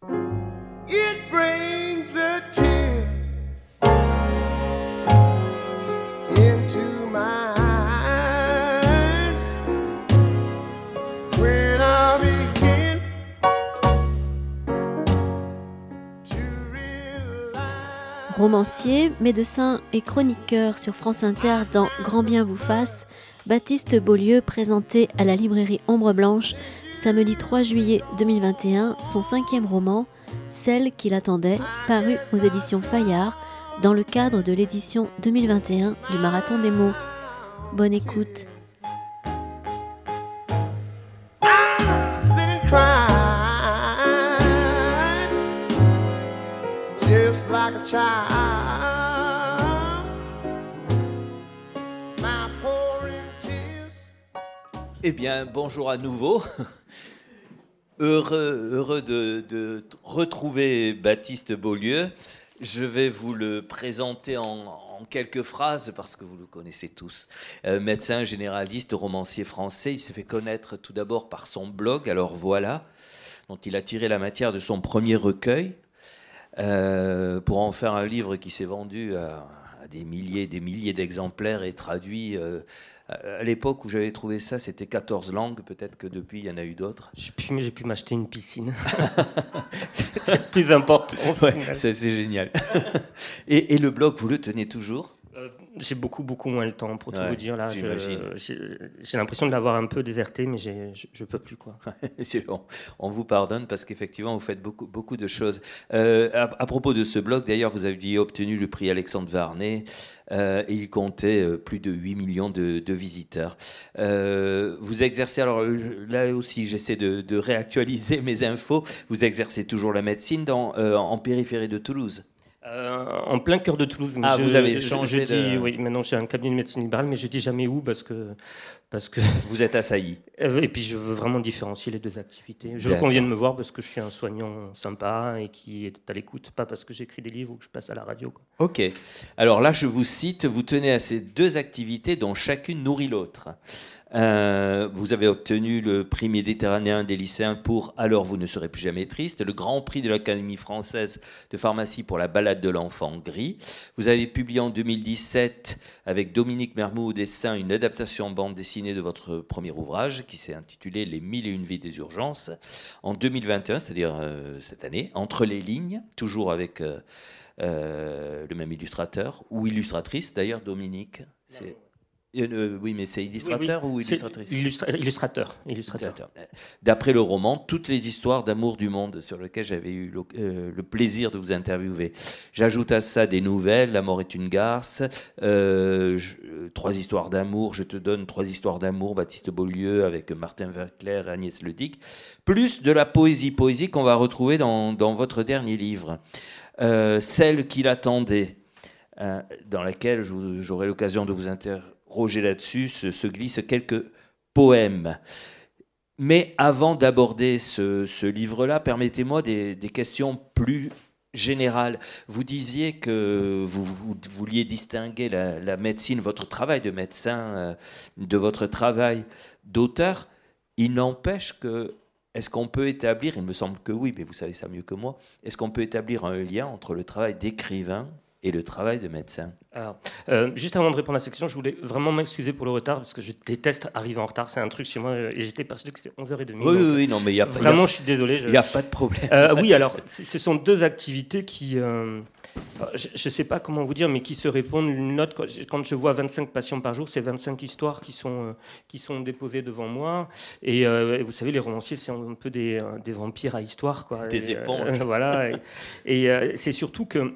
It brings a tear into my eyes when I begin to realize. Romancier, médecin et chroniqueur sur France Inter dans Grand bien vous fasse, Baptiste Beaulieu présentait à la librairie Ombre Blanche, samedi 3 juillet 2021, son 5e roman, Celle qui l'attendait, paru aux éditions Fayard, dans le cadre de l'édition 2021 du Marathon des mots. Bonne écoute. Just like a child, my pouring tears. Eh bien, bonjour à nouveau. Heureux de retrouver Baptiste Beaulieu. Je vais vous le présenter en quelques phrases parce que vous le connaissez tous. Médecin généraliste, romancier français, il s'est fait connaître tout d'abord par son blog, Alors voilà, dont il a tiré la matière de son premier recueil, pour en faire un livre qui s'est vendu à des milliers d'exemplaires et traduit. À l'époque où j'avais trouvé ça, c'était 14 langues. Peut-être que depuis, il y en a eu d'autres. J'ai pu m'acheter une piscine. C'est le plus important. Ouais, c'est génial. Et le blog, vous le tenez toujours ? J'ai beaucoup moins le temps, pour tout vous dire. Là, j'imagine. J'ai l'impression de l'avoir un peu déserté, mais je peux plus, quoi. On vous pardonne parce qu'effectivement, vous faites beaucoup de choses. À propos de ce blog, d'ailleurs, vous aviez obtenu le prix Alexandre Varnet et il comptait plus de 8 millions de visiteurs. Vous exercez, alors là aussi, j'essaie de réactualiser mes infos, vous exercez toujours la médecine en périphérie de Toulouse. En plein cœur de Toulouse. Mais vous avez changé de... Oui, maintenant j'ai un cabinet de médecine libérale, mais je dis jamais où parce que vous êtes assailli. Et puis je veux vraiment différencier les deux activités. Je veux qu'on vienne me voir parce que je suis un soignant sympa et qui est à l'écoute, pas parce que j'écris des livres ou que je passe à la radio, quoi. Ok. Alors là, je vous cite, vous tenez à ces deux activités dont chacune nourrit l'autre. Vous avez obtenu le prix méditerranéen des lycéens pour Alors vous ne serez plus jamais triste, le grand prix de l'Académie française de pharmacie pour La balade de l'enfant gris. Vous avez publié en 2017 avec Dominique Mermoux au dessin une adaptation en bande dessinée de votre premier ouvrage qui s'est intitulé Les 1001 vies des urgences. En 2021, c'est-à-dire cette année, Entre les lignes, toujours avec le même illustrateur ou illustratrice d'ailleurs, Dominique. Oui, mais c'est illustrateur ou illustratrice ? Illustrateur. D'après le roman, toutes les histoires d'amour du monde sur lesquelles j'avais eu le plaisir de vous interviewer. J'ajoute à ça des nouvelles, La mort est une garce, 3 histoires d'amour, Je te donne 3 histoires d'amour, Baptiste Beaulieu avec Martin Verclair et Agnès Ledic, plus de la poésie qu'on va retrouver dans votre dernier livre, Celle qui l'attendait, dans laquelle j'aurai l'occasion de vous interroger là-dessus, se glissent quelques poèmes. Mais avant d'aborder ce livre-là, permettez-moi des questions plus générales. Vous disiez que vous vouliez distinguer la médecine, votre travail de médecin, de votre travail d'auteur. Il n'empêche que, est-ce qu'on peut établir, il me semble que oui, mais vous savez ça mieux que moi, est-ce qu'on peut établir un lien entre le travail d'écrivain et le travail de médecin? Alors, juste avant de répondre à cette question, je voulais vraiment m'excuser pour le retard parce que je déteste arriver en retard. C'est un truc chez moi et j'étais persuadé que c'était 11h30. Oui, non, mais il y a vraiment, je suis désolé. Il n'y a pas de problème. Oui, alors, ce sont deux activités qui, je ne sais pas comment vous dire, mais qui se répondent l'une l'autre. Quand je vois 25 patients par jour, c'est 25 histoires qui sont déposées devant moi. Et vous savez, les romanciers, c'est un peu des vampires à histoire, quoi. Des éponges. Voilà. Et c'est surtout que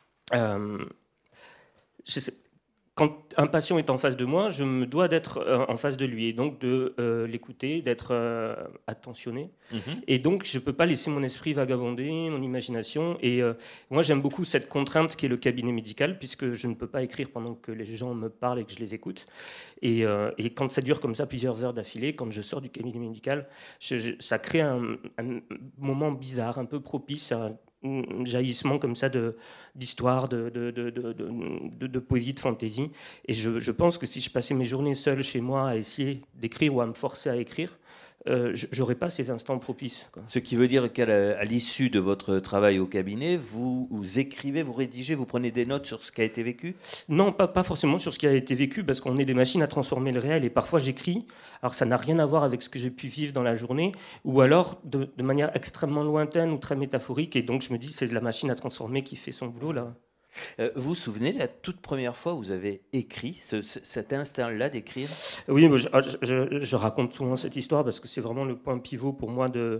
quand un patient est en face de moi, je me dois d'être en face de lui et donc de l'écouter, d'être attentionné. Et donc, je ne peux pas laisser mon esprit vagabonder, mon imagination. Et moi, j'aime beaucoup cette contrainte qui est le cabinet médical, puisque je ne peux pas écrire pendant que les gens me parlent et que je les écoute. Et quand ça dure comme ça plusieurs heures d'affilée, quand je sors du cabinet médical, ça crée un moment bizarre, un peu propice à jaillissement comme ça d'histoire, de poésie, de fantaisie. Et je pense que si je passais mes journées seul chez moi à essayer d'écrire ou à me forcer à écrire, j'aurais pas ces instants propices, quoi. Ce qui veut dire qu'à l'issue de votre travail au cabinet, vous écrivez, vous rédigez, vous prenez des notes sur ce qui a été vécu ? Non, pas forcément sur ce qui a été vécu, parce qu'on est des machines à transformer le réel, et parfois j'écris, alors ça n'a rien à voir avec ce que j'ai pu vivre dans la journée, ou alors de manière extrêmement lointaine ou très métaphorique, et donc je me dis c'est la machine à transformer qui fait son boulot, là. Vous vous souvenez de la toute première fois où vous avez écrit, cet instinct-là d'écrire ? Oui, moi, je raconte souvent cette histoire parce que c'est vraiment le point pivot pour moi de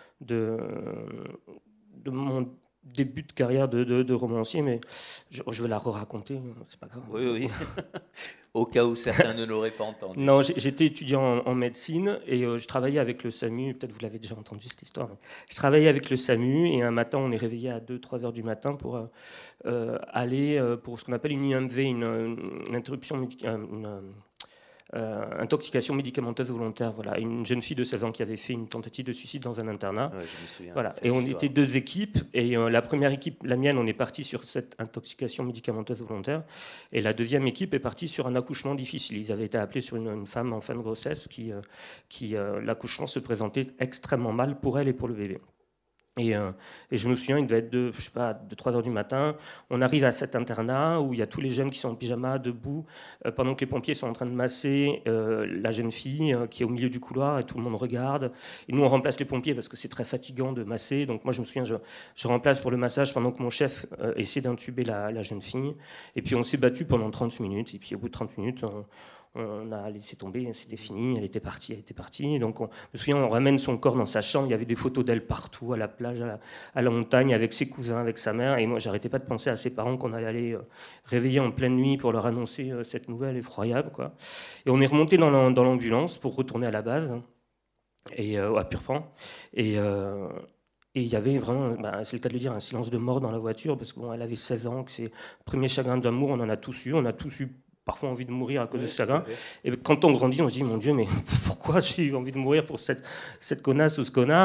mon début de carrière de romancier, mais je vais la re-raconter, c'est pas grave. Oui. Au cas où certains ne l'auraient pas entendu. Non, j'étais étudiant en médecine et je travaillais avec le SAMU, peut-être vous l'avez déjà entendu cette histoire, mais je travaillais avec le SAMU et un matin on est réveillé à 2-3 heures du matin pour aller pour ce qu'on appelle une IMV, une interruption médicale, intoxication médicamenteuse volontaire. Voilà, une jeune fille de 16 ans qui avait fait une tentative de suicide dans un internat. Ouais, je me souviens. Voilà. Et on était 2 équipes. Et la première équipe, la mienne, on est parti sur cette intoxication médicamenteuse volontaire. Et la deuxième équipe est partie sur un accouchement difficile. Ils avaient été appelés sur une femme en fin de grossesse qui l'accouchement se présentait extrêmement mal pour elle et pour le bébé. Et je me souviens, il devait être de 3 heures du matin. On arrive à cet internat où il y a tous les jeunes qui sont en pyjama, debout, pendant que les pompiers sont en train de masser la jeune fille qui est au milieu du couloir et tout le monde regarde. Et nous, on remplace les pompiers parce que c'est très fatigant de masser. Donc moi, je me souviens, je remplace pour le massage pendant que mon chef essaie d'intuber la jeune fille. Et puis on s'est battu pendant 30 minutes. Et puis au bout de 30 minutes, on a laissé tomber, c'était fini, elle était partie. Et donc, je me souviens, on ramène son corps dans sa chambre, il y avait des photos d'elle partout, à la plage, à la montagne, avec ses cousins, avec sa mère. Et moi, j'arrêtais pas de penser à ses parents qu'on allait aller réveiller en pleine nuit pour leur annoncer cette nouvelle effroyable, quoi. Et on est remonté dans l'ambulance pour retourner à la base, et à Purpan. Et il y avait vraiment, c'est le cas de le dire, un silence de mort dans la voiture, parce qu'elle avait 16 ans, que c'est le premier chagrin d'amour, on a tous eu parfois envie de mourir à cause de ce chagrin. Et quand on grandit, on se dit, mon Dieu, mais pourquoi j'ai eu envie de mourir pour cette connasse ou ce connard ?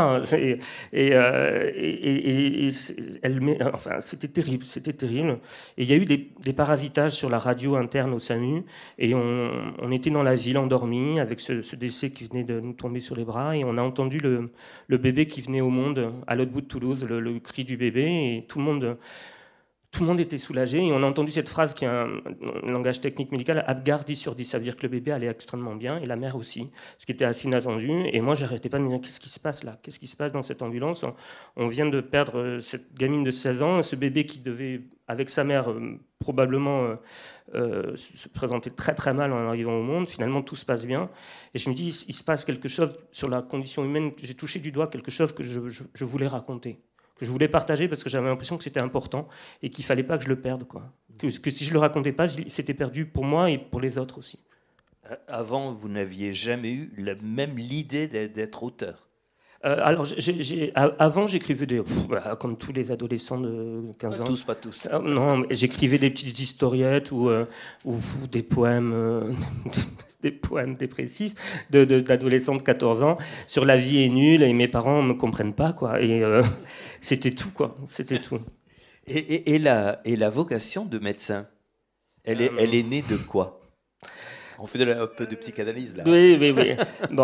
Enfin, c'était terrible. Et il y a eu des parasitages sur la radio interne au SAMU, et on était dans la ville endormi, avec ce décès qui venait de nous tomber sur les bras, et on a entendu le bébé qui venait au monde à l'autre bout de Toulouse, le cri du bébé, et tout le monde était soulagé, et on a entendu cette phrase qui est un langage technique médical, Apgar 10 sur 10, ça veut dire que le bébé allait extrêmement bien, et la mère aussi, ce qui était assez inattendu. Et moi, j'arrêtais pas de me dire, qu'est-ce qui se passe là ? Qu'est-ce qui se passe dans cette ambulance ? On vient de perdre cette gamine de 16 ans, ce bébé qui devait, avec sa mère, probablement se présenter très très mal en arrivant au monde. Finalement, tout se passe bien. Et je me dis, il se passe quelque chose sur la condition humaine, j'ai touché du doigt quelque chose que je voulais raconter, que je voulais partager parce que j'avais l'impression que c'était important et qu'il ne fallait pas que je le perde, quoi. Que si je ne le racontais pas, c'était perdu pour moi et pour les autres aussi. Avant, vous n'aviez jamais eu même l'idée d'être auteur ? Alors, avant, j'écrivais comme tous les adolescents de 15 ans. Pas tous. Non, j'écrivais des petites historiettes ou des poèmes... des poèmes dépressifs d'adolescents de 14 ans sur la vie est nulle et mes parents ne me comprennent pas, quoi. Et c'était tout, quoi. C'était tout. Et la vocation de médecin, elle est née de quoi ? On fait un peu de psychanalyse, là. Oui. Bon,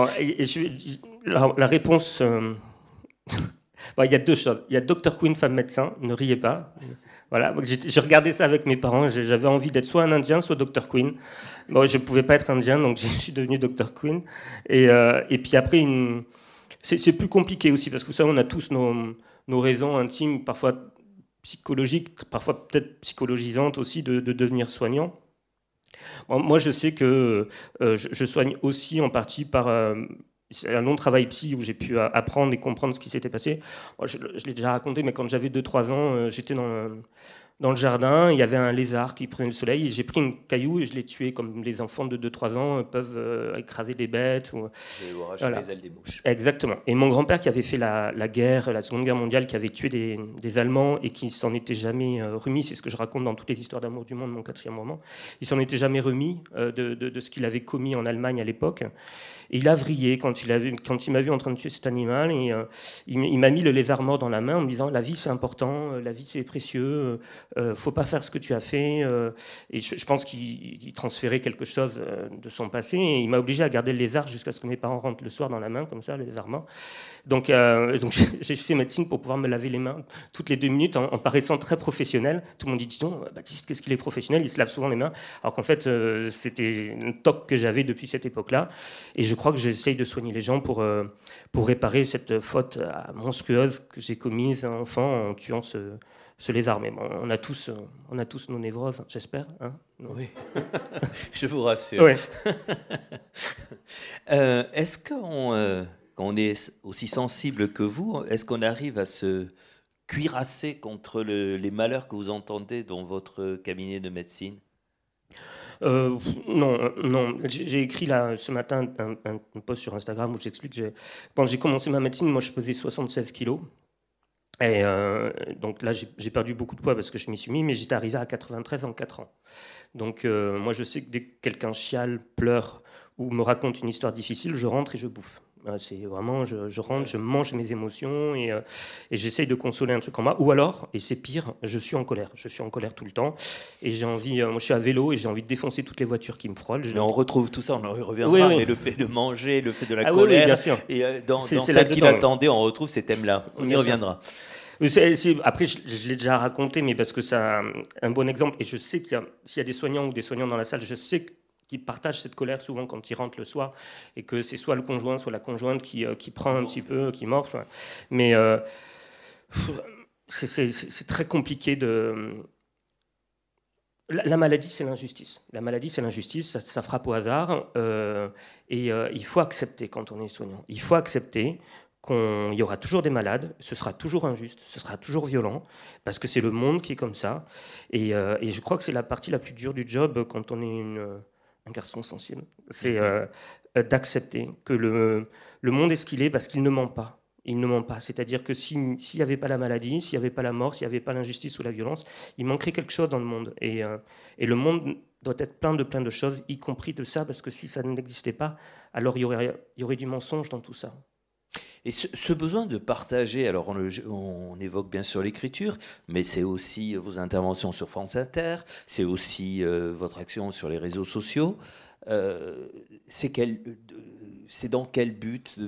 la réponse... il y a 2 choses. Il y a Dr Queen, femme médecin, ne riez pas. Voilà, j'ai regardé ça avec mes parents, j'avais envie d'être soit un Indien, soit Dr Queen. Bon, je ne pouvais pas être Indien, donc je suis devenu Dr Queen. Et puis après, c'est plus compliqué aussi, parce que ça, on a tous nos raisons intimes, parfois psychologiques, parfois peut-être psychologisantes aussi, de devenir soignant. Bon, moi, je sais que je soigne aussi en partie par... c'est un long travail psy où j'ai pu apprendre et comprendre ce qui s'était passé. Moi, je l'ai déjà raconté, mais quand j'avais 2-3 ans, j'étais dans le jardin, il y avait un lézard qui prenait le soleil, et j'ai pris un caillou et je l'ai tué, comme les enfants de 2-3 ans peuvent écraser des bêtes. Ou arracher les ailes des mouches. Exactement. Et mon grand-père qui avait fait la guerre, la Seconde Guerre mondiale, qui avait tué des Allemands et qui s'en était jamais remis, c'est ce que je raconte dans toutes les histoires d'amour du monde, mon 4e roman, il s'en était jamais remis de ce qu'il avait commis en Allemagne à l'époque. Et il a vrillé quand il m'a vu en train de tuer cet animal, et il m'a mis le lézard mort dans la main en me disant, la vie c'est important, la vie c'est précieux, faut pas faire ce que tu as fait. Et je pense qu'il transférait quelque chose de son passé. Et il m'a obligé à garder le lézard jusqu'à ce que mes parents rentrent le soir dans la main, comme ça, le lézard mort. Donc j'ai fait médecine pour pouvoir me laver les mains toutes les 2 minutes en paraissant très professionnel. Tout le monde dit, dis donc, Baptiste, qu'est-ce qu'il est professionnel, il se lave souvent les mains. Alors qu'en fait, c'était une toque que j'avais depuis cette époque-là. Et je crois que j'essaye de soigner les gens pour réparer cette faute monstrueuse que j'ai commise enfant en tuant ce lézard. Mais bon, on a tous nos névroses, j'espère. Hein, oui, je vous rassure. Ouais. Est-ce qu'on quand on est aussi sensible que vous, est-ce qu'on arrive à se cuirasser contre les malheurs que vous entendez dans votre cabinet de médecine ? Non. J'ai écrit là, ce matin un post sur Instagram où j'explique que quand j'ai commencé ma médecine, moi je pesais 76 kilos. Et donc là, j'ai perdu beaucoup de poids parce que je m'y suis mis, mais j'étais arrivé à 93 en 4 ans. Donc moi, je sais que dès que quelqu'un chiale, pleure ou me raconte une histoire difficile, je rentre et je bouffe. C'est vraiment, je rentre, je mange mes émotions et j'essaye de consoler un truc en moi. Ou alors, et c'est pire, je suis en colère. Je suis en colère tout le temps et j'ai envie. Moi, je suis à vélo et j'ai envie de défoncer toutes les voitures qui me frôlent. Mais on retrouve tout ça, on en reviendra. Oui. Mais le fait de manger, le fait de la oui, colère, bien sûr. et dans C'est celle qui l'attendait, on retrouve ces thèmes-là. On y reviendra. Après, je l'ai déjà raconté, mais parce que c'est un bon exemple. Et je sais s'il y a des soignants ou des soignants dans la salle, je sais qu'ils partagent cette colère souvent quand ils rentrent le soir, et que c'est soit le conjoint, soit la conjointe qui prend un petit peu, qui morfle. Mais c'est très compliqué de... La maladie, c'est l'injustice. La maladie, c'est l'injustice, ça frappe au hasard. Et il faut accepter quand on est soignant. Il faut accepter qu'il y aura toujours des malades, ce sera toujours injuste, ce sera toujours violent, parce que c'est le monde qui est comme ça. Et je crois que c'est la partie la plus dure du job quand on est un garçon sensible. C'est d'accepter que le monde est ce qu'il est parce qu'il ne ment pas. Il ne ment pas. C'est-à-dire que s'il n'y avait pas la maladie, s'il n'y avait pas la mort, s'il n'y avait pas l'injustice ou la violence, il manquerait quelque chose dans le monde. Et le monde doit être plein de choses, y compris de ça, parce que si ça n'existait pas, alors il y aurait du mensonge dans tout ça. Et ce besoin de partager, alors on évoque bien sûr l'écriture, mais c'est aussi vos interventions sur France Inter, c'est aussi votre action sur les réseaux sociaux. C'est dans quel but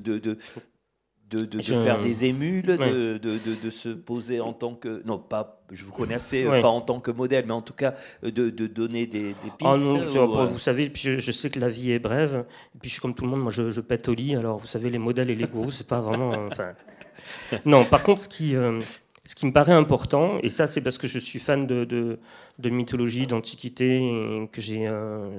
de faire des émules, de se poser en tant que... Non, pas, je vous connais assez, pas en tant que modèle, mais en tout cas de donner des pistes. Vous savez, puis je sais que la vie est brève, et puis je suis comme tout le monde, moi je pète au lit, alors vous savez, les modèles et les gourous, c'est pas vraiment... Non, par contre, ce qui me paraît important, et ça c'est parce que je suis fan de mythologie, d'antiquité, et que j'ai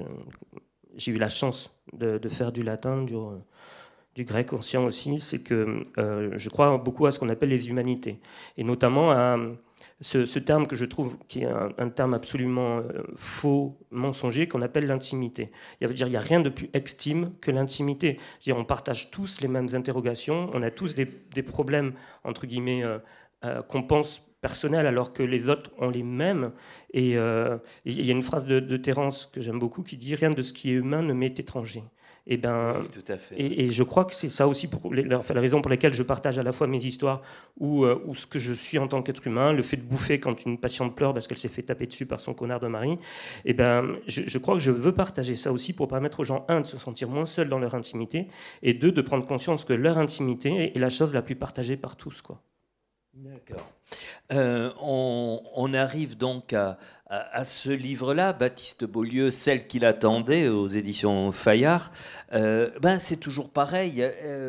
eu la chance de faire du latin, du grec ancien aussi, c'est que je crois beaucoup à ce qu'on appelle les humanités, et notamment à ce terme que je trouve qui est un terme absolument faux, mensonger, qu'on appelle l'intimité. Il n'y a rien de plus extime que l'intimité. On partage tous les mêmes interrogations, on a tous des problèmes, entre guillemets, qu'on pense personnels, alors que les autres ont les mêmes. Et il y a une phrase de Terence que j'aime beaucoup qui dit « Rien de ce qui est humain ne m'est étranger ». Et, oui, tout à fait. Et je crois que c'est ça aussi la raison pour laquelle je partage à la fois mes histoires ou ce que je suis en tant qu'être humain, le fait de bouffer quand une patiente pleure parce qu'elle s'est fait taper dessus par son connard de mari. Et je crois que je veux partager ça aussi pour permettre aux gens, un, de se sentir moins seuls dans leur intimité, et deux, de prendre conscience que leur intimité est la chose la plus partagée par tous, quoi. D'accord. On arrive donc à ce livre-là, Baptiste Beaulieu, Celle qui l'attendait, aux éditions Fayard. C'est toujours pareil.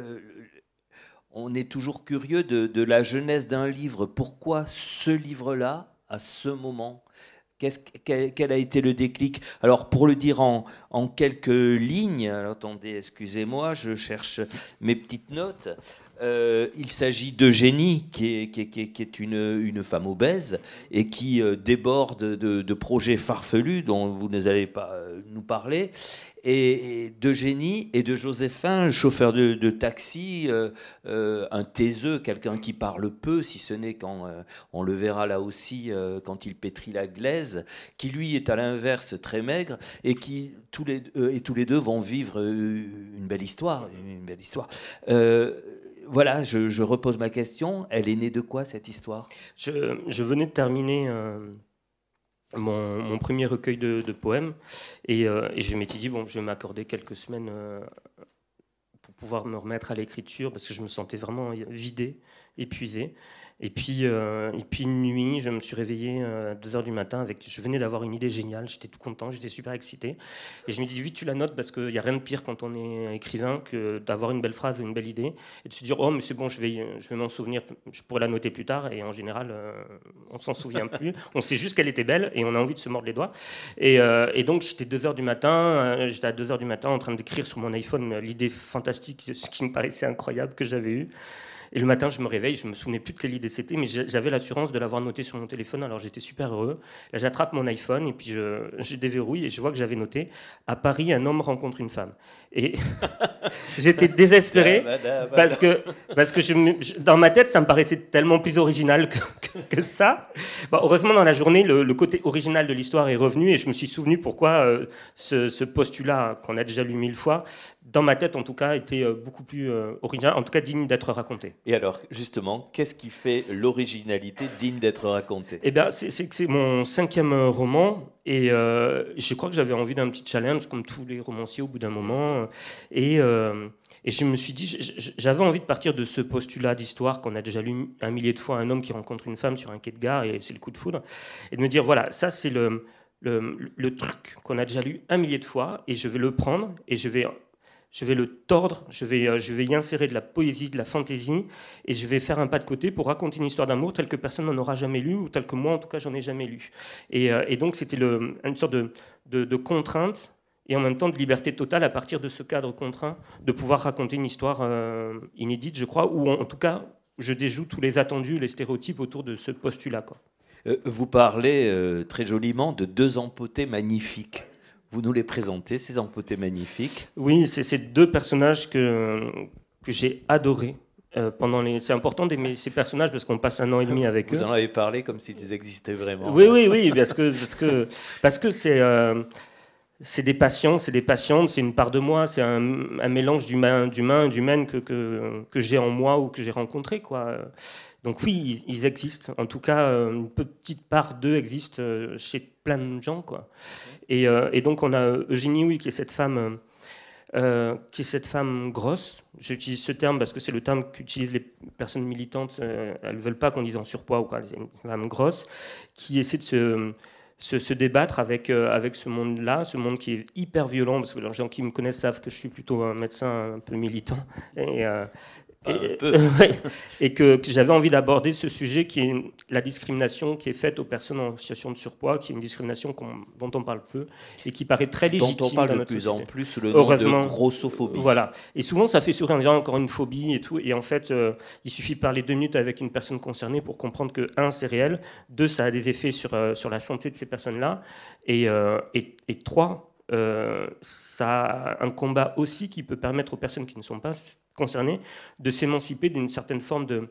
On est toujours curieux de la genèse d'un livre. Pourquoi ce livre-là, à ce moment ? Quel a été le déclic ? Alors, pour le dire en quelques lignes, alors, attendez, excusez-moi, je cherche mes petites notes. Il s'agit d'Eugénie, qui est une femme obèse et qui déborde de projets farfelus dont vous ne allez pas nous parler. Et d'Eugénie et de Joséphin, chauffeur de taxi, un taiseux, quelqu'un qui parle peu, si ce n'est quand on le verra là aussi quand il pétrit la glaise, qui lui est à l'inverse très maigre et qui tous les deux vont vivre une belle histoire. Voilà, je repose ma question. Elle est née de quoi, cette histoire ? Je venais de terminer mon premier recueil de poèmes. Et je m'étais dit, bon, je vais m'accorder quelques semaines pour pouvoir me remettre à l'écriture, parce que je me sentais vraiment vidé, épuisé. Et puis une nuit, je me suis réveillé à 2h du matin. Je venais d'avoir une idée géniale, j'étais tout content, j'étais super excité. Et je me dis, vite, tu la notes, parce qu'il n'y a rien de pire quand on est écrivain que d'avoir une belle phrase ou une belle idée, et de se dire, oh, mais c'est bon, je vais m'en souvenir, je pourrais la noter plus tard. Et en général, on ne s'en souvient plus. On sait juste qu'elle était belle et on a envie de se mordre les doigts. Et donc, j'étais 2h du matin, j'étais à 2h du matin en train d'écrire sur mon iPhone l'idée fantastique, ce qui me paraissait incroyable que j'avais eu. Et le matin, je me réveille, je me souvenais plus de quelle idée c'était, mais j'avais l'assurance de l'avoir noté sur mon téléphone, alors j'étais super heureux. Là, j'attrape mon iPhone et puis je déverrouille et je vois que j'avais noté « À Paris, un homme rencontre une femme ». Et j'étais désespéré parce que dans ma tête, ça me paraissait tellement plus original que ça. Bon, heureusement, dans la journée, le côté original de l'histoire est revenu et je me suis souvenu pourquoi ce postulat qu'on a déjà lu 1000 fois, dans ma tête en tout cas, était beaucoup plus original, en tout cas digne d'être raconté. Et alors, justement, qu'est-ce qui fait l'originalité digne d'être racontée ? Eh bien, c'est que c'est mon 5e roman. Et je crois que j'avais envie d'un petit challenge, comme tous les romanciers au bout d'un moment. Et je me suis dit, j'avais envie de partir de ce postulat d'histoire qu'on a déjà lu 1 millier de fois, un homme qui rencontre une femme sur un quai de gare et c'est le coup de foudre. Et de me dire, voilà, ça c'est le truc qu'on a déjà lu 1 millier de fois et je vais le prendre et je vais le tordre, je vais y insérer de la poésie, de la fantaisie, et je vais faire un pas de côté pour raconter une histoire d'amour telle que personne n'en aura jamais lu, ou telle que moi, en tout cas, j'en ai jamais lu. Et donc, c'était une sorte de contrainte, et en même temps de liberté totale, à partir de ce cadre contraint, de pouvoir raconter une histoire inédite, je crois, où, en tout cas, je déjoue tous les attendus, les stéréotypes autour de ce postulat, quoi. Vous parlez très joliment de 2 empotés magnifiques. Vous nous les présentez, ces empotés magnifiques ? Oui, c'est ces 2 personnages que j'ai adorés. C'est important d'aimer ces personnages parce qu'on passe 1 an et demi avec eux. Vous en avez parlé comme s'ils existaient vraiment. Oui, parce que c'est des patients, c'est des patientes, c'est une part de moi, c'est un mélange d'humain et d'humaine que j'ai en moi ou que j'ai rencontré, quoi. Donc oui, ils existent. En tout cas, une petite part d'eux existe chez plein de gens, quoi. Et donc on a Eugénie, oui, qui est cette femme grosse. J'utilise ce terme parce que c'est le terme qu'utilisent les personnes militantes. Elles ne veulent pas qu'on dise en surpoids ou quoi. C'est une femme grosse qui essaie de se débattre avec ce monde-là, ce monde qui est hyper violent, parce que les gens qui me connaissent savent que je suis plutôt un médecin un peu militant. Et que j'avais envie d'aborder ce sujet qui est la discrimination qui est faite aux personnes en situation de surpoids, qui est une discrimination dont on parle peu et qui paraît très légitime. Dont on parle de plus en plus sous le nom de grossophobie. Voilà. Et souvent, ça fait sourire en disant encore une phobie et tout. Et en fait, il suffit de parler 2 minutes avec une personne concernée pour comprendre que 1, c'est réel, 2, ça a des effets sur la santé de ces personnes-là, et 3, ça a un combat aussi qui peut permettre aux personnes qui ne sont pas concernées de s'émanciper d'une certaine forme de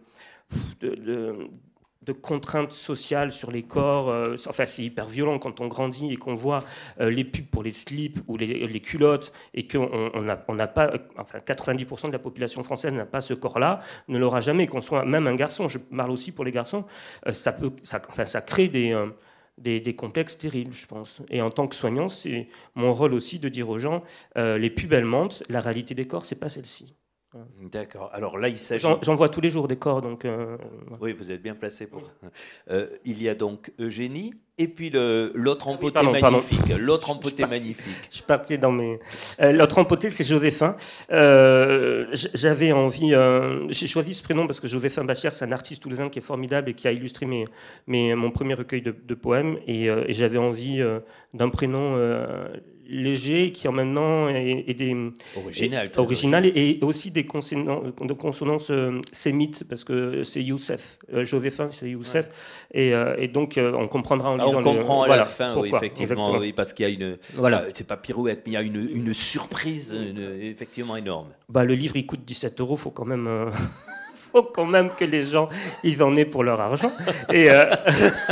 contraintes sociales sur les corps. Enfin, c'est hyper violent quand on grandit et qu'on voit les pubs pour les slips ou les culottes et qu'on n'a pas, enfin 90% de la population française n'a pas ce corps-là, ne l'aura jamais, qu'on soit même un garçon. Je parle aussi pour les garçons. Ça crée des complexes terribles, je pense. Et en tant que soignant, c'est mon rôle aussi de dire aux gens, les pubs, elles mentent, la réalité des corps, c'est pas celle-ci. D'accord. Alors là, il s'agit... J'en vois tous les jours des corps, donc... Oui, vous êtes bien placé pour... il y a donc Eugénie, et puis l'autre empoté magnifique. L'autre empoté magnifique. Je suis parti dans mes... l'autre empoté, c'est Joséphin. J'avais envie... j'ai choisi ce prénom parce que Joséphin Bachière, c'est un artiste toulousain qui est formidable et qui a illustré mon premier recueil de poèmes. Et j'avais envie d'un prénom... léger, qui en même temps est original et aussi des consonances sémites, parce que c'est Youssef. Joséphin, c'est Youssef. Ouais. Et donc, on comprendra en lisant... On comprend à la fin, oui, effectivement, oui, parce qu'il y a une... Voilà. C'est pas pirouette, mais il y a une surprise effectivement énorme. Le livre, il coûte 17 €, faut quand même... faut quand même que les gens, ils en aient pour leur argent.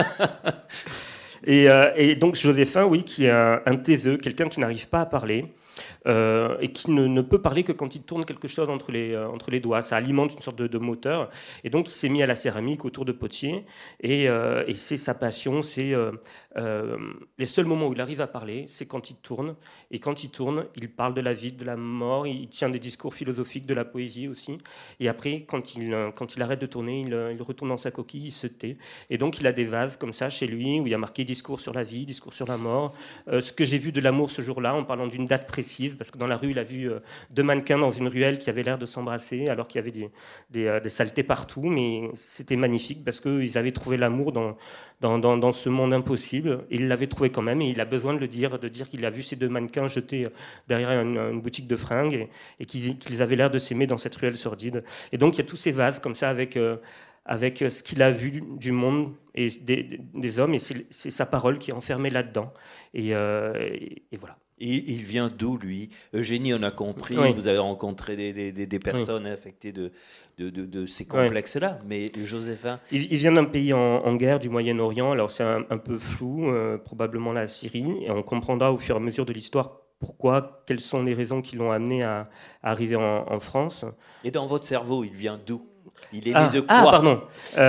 Et donc Joséphin, oui, qui est un taiseux, quelqu'un qui n'arrive pas à parler, et qui ne peut parler que quand il tourne quelque chose entre les doigts. Ça alimente une sorte de moteur. Et donc, il s'est mis à la céramique autour de potiers. Et c'est sa passion. C'est les seuls moments où il arrive à parler, c'est quand il tourne. Et quand il tourne, il parle de la vie, de la mort. Il tient des discours philosophiques, de la poésie aussi. Et après, quand il arrête de tourner, il retourne dans sa coquille, il se tait. Et donc, il a des vases comme ça chez lui où il y a marqué discours sur la vie, discours sur la mort. Ce que j'ai vu de l'amour ce jour-là, en parlant d'une date précise, parce que dans la rue, il a vu 2 mannequins dans une ruelle qui avaient l'air de s'embrasser, alors qu'il y avait des saletés partout, mais c'était magnifique parce qu'ils avaient trouvé l'amour dans ce monde impossible. Et il l'avait trouvé quand même, et il a besoin de dire qu'il a vu ces 2 mannequins jetés derrière une boutique de fringues et qu'ils avaient l'air de s'aimer dans cette ruelle sordide. Et donc, il y a tous ces vases comme ça avec ce qu'il a vu du monde et des hommes, et c'est sa parole qui est enfermée là-dedans. Et voilà. Et il vient d'où, lui? Eugénie, on a compris, Oui. vous avez rencontré des personnes affectées de ces complexes-là, mais Joséphin... Il vient d'un pays en guerre, du Moyen-Orient, alors c'est un peu flou, probablement la Syrie, et on comprendra au fur et à mesure de l'histoire pourquoi, quelles sont les raisons qui l'ont amené à arriver en France. Et dans votre cerveau, il vient d'où? Il est né de quoi? Pardon.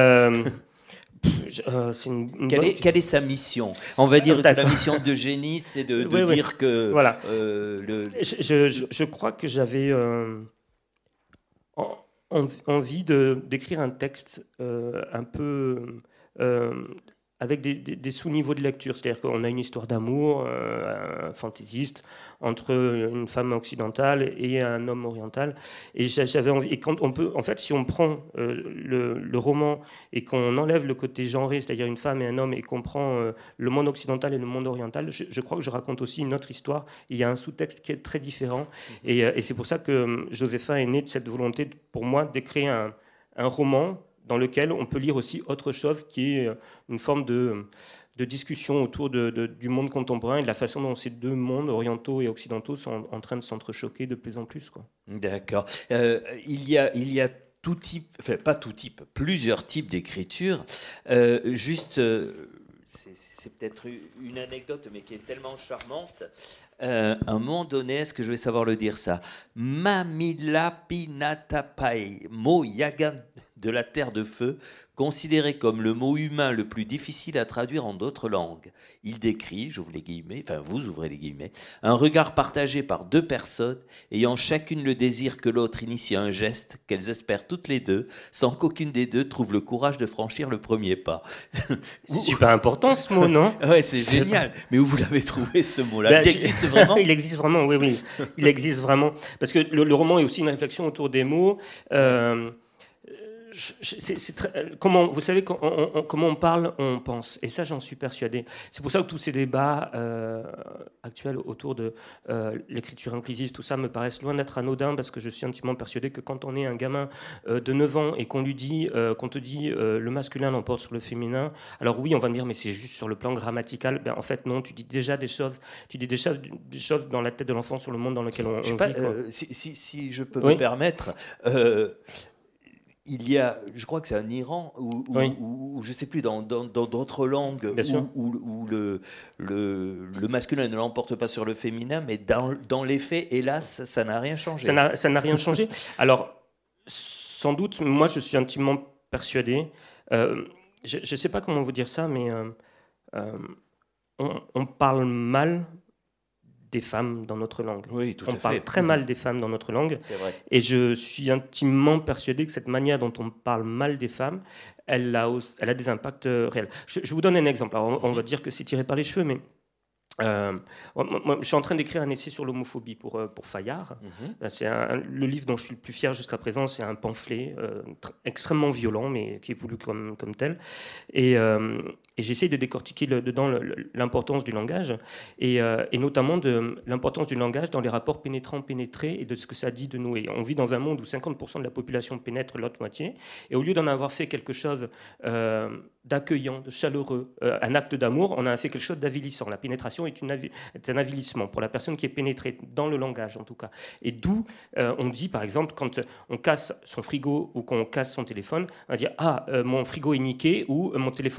Quelle est sa mission? On va dire que la mission d'Eugénie, c'est de dire que... Voilà. Je crois que j'avais envie d'écrire un texte un peu... avec des sous-niveaux de lecture. C'est-à-dire qu'on a une histoire d'amour fantaisiste entre une femme occidentale et un homme oriental. Et j'avais envie... Et quand on peut... En fait, si on prend le roman et qu'on enlève le côté genré, c'est-à-dire une femme et un homme, et qu'on prend le monde occidental et le monde oriental, je crois que je raconte aussi une autre histoire. Il y a un sous-texte qui est très différent. Et c'est pour ça que Joséphin est né de cette volonté, pour moi, d'écrire un roman dans lequel on peut lire aussi autre chose qui est une forme de discussion autour du monde contemporain et de la façon dont ces 2 mondes, orientaux et occidentaux, sont en train de s'entrechoquer de plus en plus, quoi. D'accord. Il y a tout type, enfin pas tout type, plusieurs types d'écriture. C'est peut-être une anecdote, mais qui est tellement charmante. À un moment donné, est-ce que je vais savoir le dire ça? Mamilapinatapai, mot yagan de la terre de feu, considéré comme le mot humain le plus difficile à traduire en d'autres langues. Il décrit, j'ouvre les guillemets, enfin vous ouvrez les guillemets, un regard partagé par 2 personnes ayant chacune le désir que l'autre initie un geste qu'elles espèrent toutes les 2, sans qu'aucune des 2 trouve le courage de franchir le premier pas. C'est super important ce mot, non? Ouais, c'est génial. Mais où vous l'avez trouvé ce mot-là? Il existe vraiment? Il existe vraiment, oui. Il existe vraiment. Parce que le roman est aussi une réflexion autour des mots. Vous savez, comment on parle, on pense. Et ça, j'en suis persuadé. C'est pour ça que tous ces débats actuels autour de l'écriture inclusive, tout ça me paraissent loin d'être anodins, parce que je suis intimement persuadé que quand on est un gamin de 9 ans et qu'on te dit le masculin l'emporte sur le féminin, alors oui, on va me dire, mais c'est juste sur le plan grammatical. Ben, en fait, non, tu dis déjà des choses dans la tête de l'enfant sur le monde dans lequel on vit. Si je peux me permettre... il y a, je crois que c'est en Iran, ou je ne sais plus, dans d'autres langues, où le masculin ne l'emporte pas sur le féminin, mais dans les faits, hélas, ça n'a rien changé. Ça n'a rien changé. Alors, sans doute, moi je suis intimement persuadé, je ne sais pas comment vous dire ça, mais on parle mal des femmes dans notre langue. Oui, tout à fait. On parle très mal des femmes dans notre langue. C'est vrai. Et je suis intimement persuadé que cette manière dont on parle mal des femmes, elle a des impacts réels. Je vous donne un exemple. Alors, on va dire que c'est tiré par les cheveux, mais moi, je suis en train d'écrire un essai sur l'homophobie pour Fayard. C'est le livre dont je suis le plus fier jusqu'à présent. C'est un pamphlet extrêmement violent, mais qui est voulu comme tel. Et j'essaie de décortiquer dedans l'importance du langage, et notamment de l'importance du langage dans les rapports pénétrants-pénétrés et de ce que ça dit de nous. Et on vit dans un monde où 50% de la population pénètre l'autre moitié, et au lieu d'en avoir fait quelque chose d'accueillant, de chaleureux, un acte d'amour, on a fait quelque chose d'avilissant. La pénétration est un avilissement pour la personne qui est pénétrée, dans le langage en tout cas. Et d'où on dit, par exemple, quand on casse son frigo ou qu'on casse son téléphone, on va dire « Ah, mon frigo est niqué » ou « Mon téléphone est foutu ».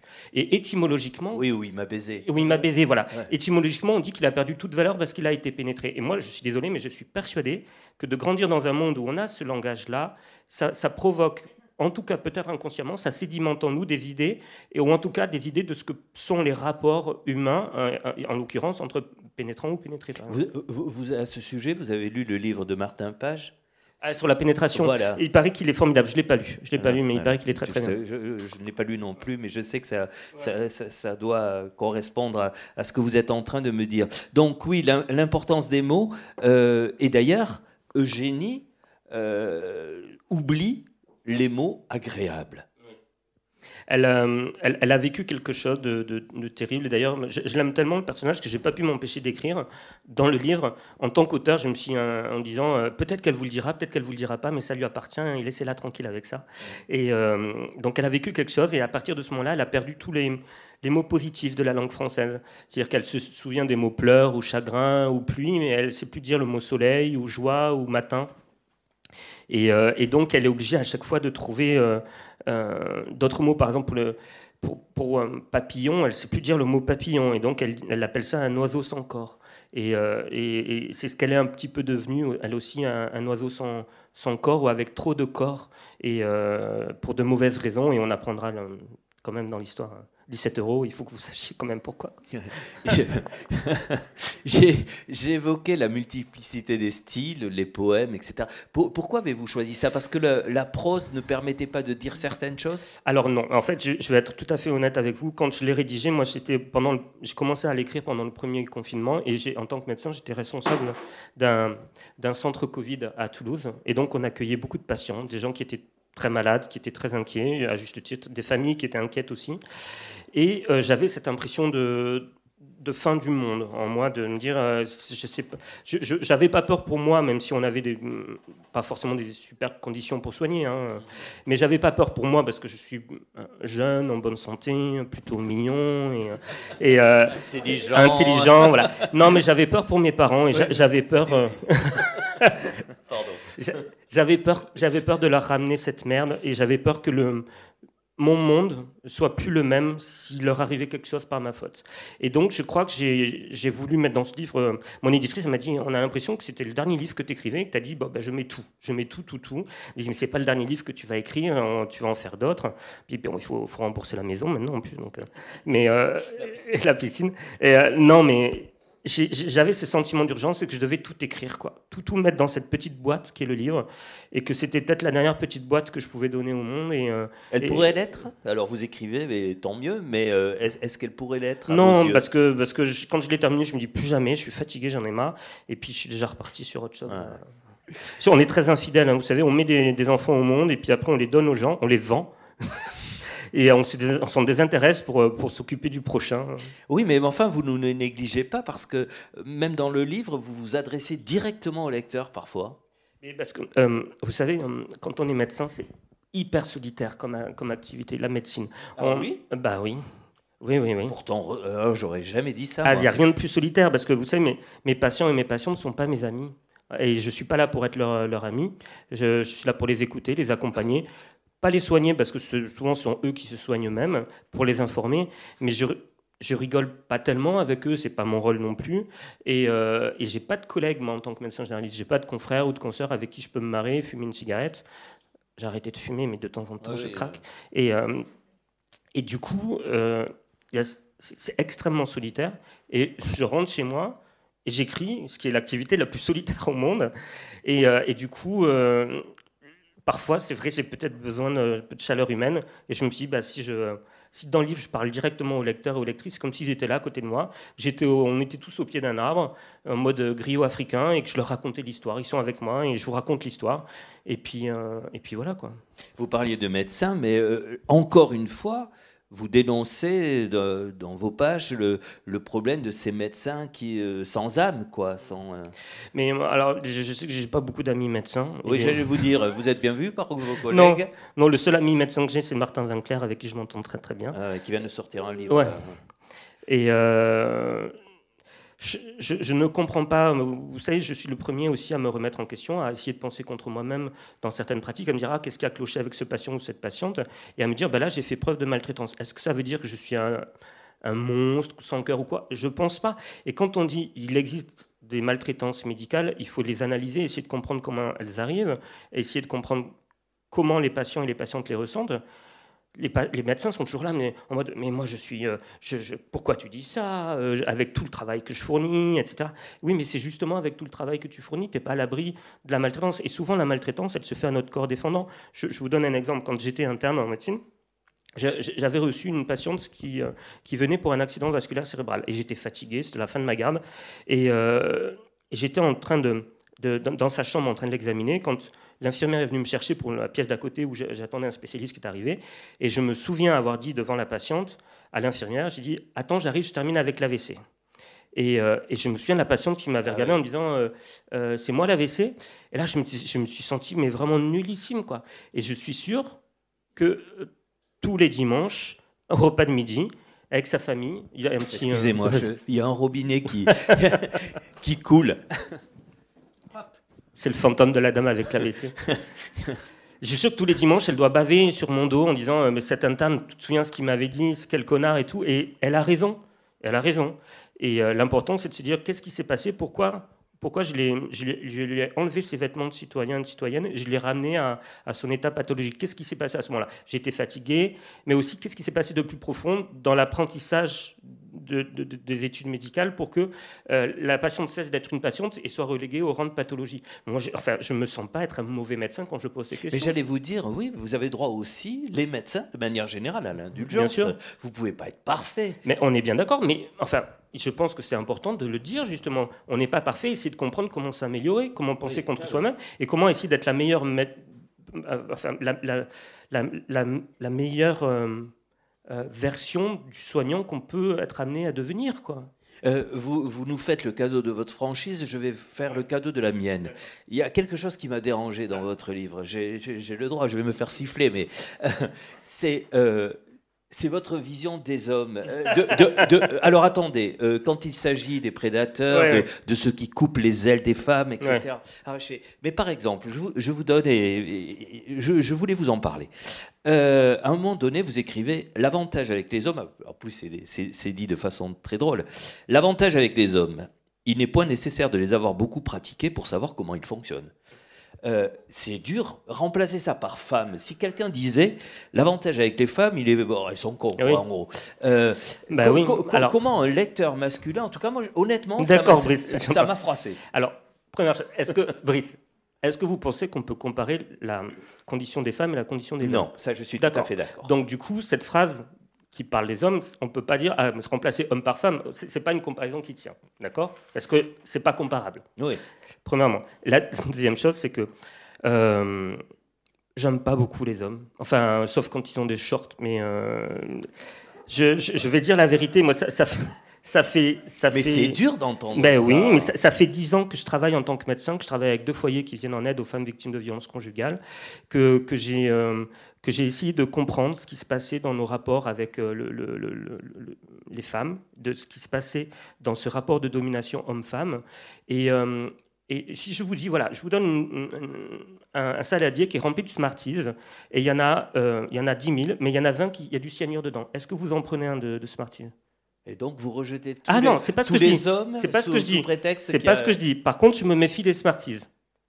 Et étymologiquement... Oui, il m'a baisé. Oui, il m'a baisé, voilà. Ouais. Étymologiquement, on dit qu'il a perdu toute valeur parce qu'il a été pénétré. Et moi, je suis désolé, mais je suis persuadé que de grandir dans un monde où on a ce langage-là, ça provoque, en tout cas peut-être inconsciemment, ça sédimente en nous des idées, ou en tout cas des idées de ce que sont les rapports humains, en l'occurrence, entre pénétrants ou pénétrés. Vous, à ce sujet, vous avez lu le livre de Martin Page ? Sur la pénétration, voilà. Il paraît qu'il est formidable. Je ne l'ai pas lu, mais il paraît qu'il est très très bien. Je ne l'ai pas lu non plus, mais je sais que ça doit correspondre à ce que vous êtes en train de me dire. Donc oui, l'importance des mots. Et d'ailleurs, Eugénie oublie les mots agréables. Elle a vécu quelque chose de terrible. Et d'ailleurs, je l'aime tellement, le personnage, que je n'ai pas pu m'empêcher d'écrire dans le livre. En tant qu'auteur, je me suis en disant, peut-être qu'elle vous le dira, peut-être qu'elle ne vous le dira pas, mais ça lui appartient, et laissez-la tranquille avec ça. Et donc, elle a vécu quelque chose, et à partir de ce moment-là, elle a perdu tous les mots positifs de la langue française. C'est-à-dire qu'elle se souvient des mots pleurs, ou chagrin, ou pluie, mais elle ne sait plus dire le mot soleil, ou joie, ou matin. Et donc, elle est obligée à chaque fois de trouver d'autres mots. Par exemple, pour papillon, elle ne sait plus dire le mot papillon. Et donc, elle appelle ça un oiseau sans corps. Et c'est ce qu'elle est un petit peu devenue, elle aussi, un oiseau sans corps, ou avec trop de corps, et pour de mauvaises raisons. Et on apprendra quand même dans l'histoire. 17 €, il faut que vous sachiez quand même pourquoi. J'ai évoqué la multiplicité des styles, les poèmes, etc. Pourquoi avez-vous choisi ça ? Parce que la prose ne permettait pas de dire certaines choses ? Alors non, en fait, je vais être tout à fait honnête avec vous. Quand je l'ai rédigé, moi, j'ai commencé à l'écrire pendant le premier confinement, et en tant que médecin, j'étais responsable d'un centre Covid à Toulouse. Et donc, on accueillait beaucoup de patients, des gens qui étaient très malades, qui étaient très inquiets, à juste titre, des familles qui étaient inquiètes aussi. Et j'avais cette impression de fin du monde en moi, de me dire, je sais pas, j'avais pas peur pour moi, même si on avait pas forcément des super conditions pour soigner, hein, mais j'avais pas peur pour moi parce que je suis jeune, en bonne santé, plutôt mignon et intelligent, voilà. Non, mais j'avais peur pour mes parents et j'avais peur. Pardon. J'avais peur de leur ramener cette merde, et j'avais peur que mon monde soit plus le même s'il leur arrivait quelque chose par ma faute. Et donc, je crois que j'ai voulu mettre dans ce livre... mon éditrice m'a dit, on a l'impression que c'était le dernier livre que tu écrivais, et que tu as dit, je mets tout. Je mets tout. Elle dit, mais c'est pas le dernier livre que tu vas écrire, tu vas en faire d'autres. Puis bon, il faut rembourser la maison maintenant, en plus. Donc, la piscine. Non, mais... J'avais ce sentiment d'urgence, que je devais tout écrire, quoi. Tout mettre dans cette petite boîte qui est le livre, et que c'était peut-être la dernière petite boîte que je pouvais donner au monde. Elle pourrait l'être. Alors vous écrivez, mais tant mieux. Mais est-ce qu'elle pourrait l'être ? Non, parce que quand je l'ai terminé, je me dis plus jamais. Je suis fatigué, j'en ai marre, et puis je suis déjà reparti sur autre chose. On est très infidèle, hein, vous savez. On met des enfants au monde, et puis après on les donne aux gens, on les vend. Et on s'en désintéresse pour s'occuper du prochain. Oui, mais enfin, vous ne nous négligez pas, parce que même dans le livre, vous vous adressez directement au lecteur parfois. Mais parce que, vous savez, quand on est médecin, c'est hyper solitaire comme activité, la médecine. Oui ? Bah oui. Oui. Pourtant, j'aurais jamais dit ça. Il n'y a rien de plus solitaire, parce que vous savez, mes patients et mes patientes ne sont pas mes amis. Et je ne suis pas là pour être leur ami. Je suis là pour les écouter, les accompagner. Pas les soigner, parce que souvent ce sont eux qui se soignent eux-mêmes, pour les informer, mais je rigole pas tellement avec eux, c'est pas mon rôle non plus, et j'ai pas de collègues, moi, en tant que médecin généraliste, j'ai pas de confrères ou de consoeurs avec qui je peux me marrer, fumer une cigarette. J'ai arrêté de fumer, mais de temps en temps je craque. Et du coup, c'est extrêmement solitaire, et je rentre chez moi, et j'écris, ce qui est l'activité la plus solitaire au monde, et du coup... Parfois, c'est vrai, j'ai peut-être besoin d'un peu de chaleur humaine. Et je me suis dit, si dans le livre, je parle directement aux lecteurs et aux lectrices, c'est comme s'ils étaient là à côté de moi. On était tous au pied d'un arbre, en mode griot africain, et que je leur racontais l'histoire. Ils sont avec moi et je vous raconte l'histoire. Et puis voilà, quoi. Vous parliez de médecins, mais encore une fois, vous dénoncez dans vos pages le problème de ces médecins qui sans âme, quoi. Mais alors, je sais que j'ai pas beaucoup d'amis médecins. Oui, j'allais vous dire, vous êtes bien vu par vos collègues ? Non, le seul ami médecin que j'ai, c'est Martin Winkler, avec qui je m'entends très très bien. Qui vient de sortir un livre. Ouais. Et je ne comprends pas. Vous savez, je suis le premier aussi à me remettre en question, à essayer de penser contre moi-même dans certaines pratiques, à me dire qu'est-ce qui a cloché avec ce patient ou cette patiente, et à me dire là j'ai fait preuve de maltraitance. Est-ce que ça veut dire que je suis un monstre sans cœur ou quoi? Je pense pas. Et quand on dit il existe des maltraitances médicales, il faut les analyser, essayer de comprendre comment elles arrivent, essayer de comprendre comment les patients et les patientes les ressentent. Les médecins sont toujours là, mais en mode, mais moi je suis, pourquoi tu dis ça, avec tout le travail que je fournis, etc. Oui, mais c'est justement avec tout le travail que tu fournis, tu n'es pas à l'abri de la maltraitance. Et souvent la maltraitance, elle se fait à notre corps défendant. Je vous donne un exemple. Quand j'étais interne en médecine, j'avais reçu une patiente qui venait pour un accident vasculaire cérébral. Et j'étais fatigué, c'était la fin de ma garde. Et j'étais en train dans sa chambre en train de l'examiner quand l'infirmière est venue me chercher pour la pièce d'à côté où j'attendais un spécialiste qui est arrivé. Et je me souviens avoir dit devant la patiente, à l'infirmière, j'ai dit « Attends, j'arrive, je termine avec l'AVC ». Et je me souviens de la patiente qui m'avait regardé en me disant « C'est moi l'AVC ?» Et là, je me suis senti mais vraiment nullissime, quoi. Et je suis sûr que tous les dimanches, au repas de midi, avec sa famille, il y a un petit... Excusez-moi, il y a un robinet qui coule. C'est le fantôme de la dame avec l'AVC. Je suis sûr que tous les dimanches, elle doit baver sur mon dos en disant mais cette interne, tu te souviens ce qu'il m'avait dit, quel connard et tout. Et elle a raison. Elle a raison. Et l'important, c'est de se dire qu'est-ce qui s'est passé, pourquoi je lui ai enlevé ses vêtements de citoyen, de citoyenne, et je l'ai ramené à son état pathologique. Qu'est-ce qui s'est passé à ce moment-là? J'étais fatigué, mais aussi qu'est-ce qui s'est passé de plus profond dans l'apprentissage des études médicales pour que la patiente cesse d'être une patiente et soit reléguée au rang de pathologie. Moi, je ne me sens pas être un mauvais médecin quand je pose ces questions. Mais j'allais vous dire, oui, vous avez droit aussi, les médecins, de manière générale, à l'indulgence. Bien sûr. Vous ne pouvez pas être parfait. Mais on est bien d'accord, mais enfin... Je pense que c'est important de le dire, justement. On n'est pas parfait, essayer de comprendre comment s'améliorer, comment penser contre soi-même, et comment essayer d'être la meilleure, la meilleure version du soignant qu'on peut être amené à devenir, quoi. Vous nous faites le cadeau de votre franchise, je vais faire le cadeau de la mienne. Il y a quelque chose qui m'a dérangé dans votre livre. J'ai le droit, je vais me faire siffler, mais c'est votre vision des hommes. Alors attendez, quand il s'agit des prédateurs, de ceux qui coupent les ailes des femmes, etc. Arrachées. Mais par exemple, je vous donne, et je voulais vous en parler. À un moment donné, vous écrivez l'avantage avec les hommes. En plus, c'est dit de façon très drôle. L'avantage avec les hommes, il n'est point nécessaire de les avoir beaucoup pratiqués pour savoir comment ils fonctionnent. C'est dur, remplacer ça par femme. Si quelqu'un disait l'avantage avec les femmes, elles sont cons, en gros. Comment un lecteur masculin, en tout cas, moi, honnêtement, ça m'a froissé. Alors, première chose, Brice, est-ce que vous pensez qu'on peut comparer la condition des femmes et la condition des hommes? Non, ça je suis tout à fait d'accord. Donc du coup, cette phrase qui parle des hommes, on ne peut pas dire remplacer homme par femme, c'est pas une comparaison qui tient, d'accord? Parce que c'est pas comparable. Oui. Premièrement. La deuxième chose, c'est que j'aime pas beaucoup les hommes. Enfin, sauf quand ils ont des shorts, mais je vais dire la vérité, moi ça fait... Mais c'est dur d'entendre ça. Oui, mais ça fait 10 ans que je travaille en tant que médecin, que je travaille avec 2 foyers qui viennent en aide aux femmes victimes de violences conjugales, que j'ai essayé de comprendre ce qui se passait dans nos rapports avec les femmes, de ce qui se passait dans ce rapport de domination homme-femme. Et si je vous dis, voilà, je vous donne un saladier qui est rempli de Smarties, et il y en a 10 000, mais il y en a 20 il y a du cyanure dedans. Est-ce que vous en prenez un de Smarties? Et donc vous rejetez tous les hommes c'est pas ce que je dis. Sous prétexte c'est pas ce que je dis. Par contre, je me méfie des Smarties.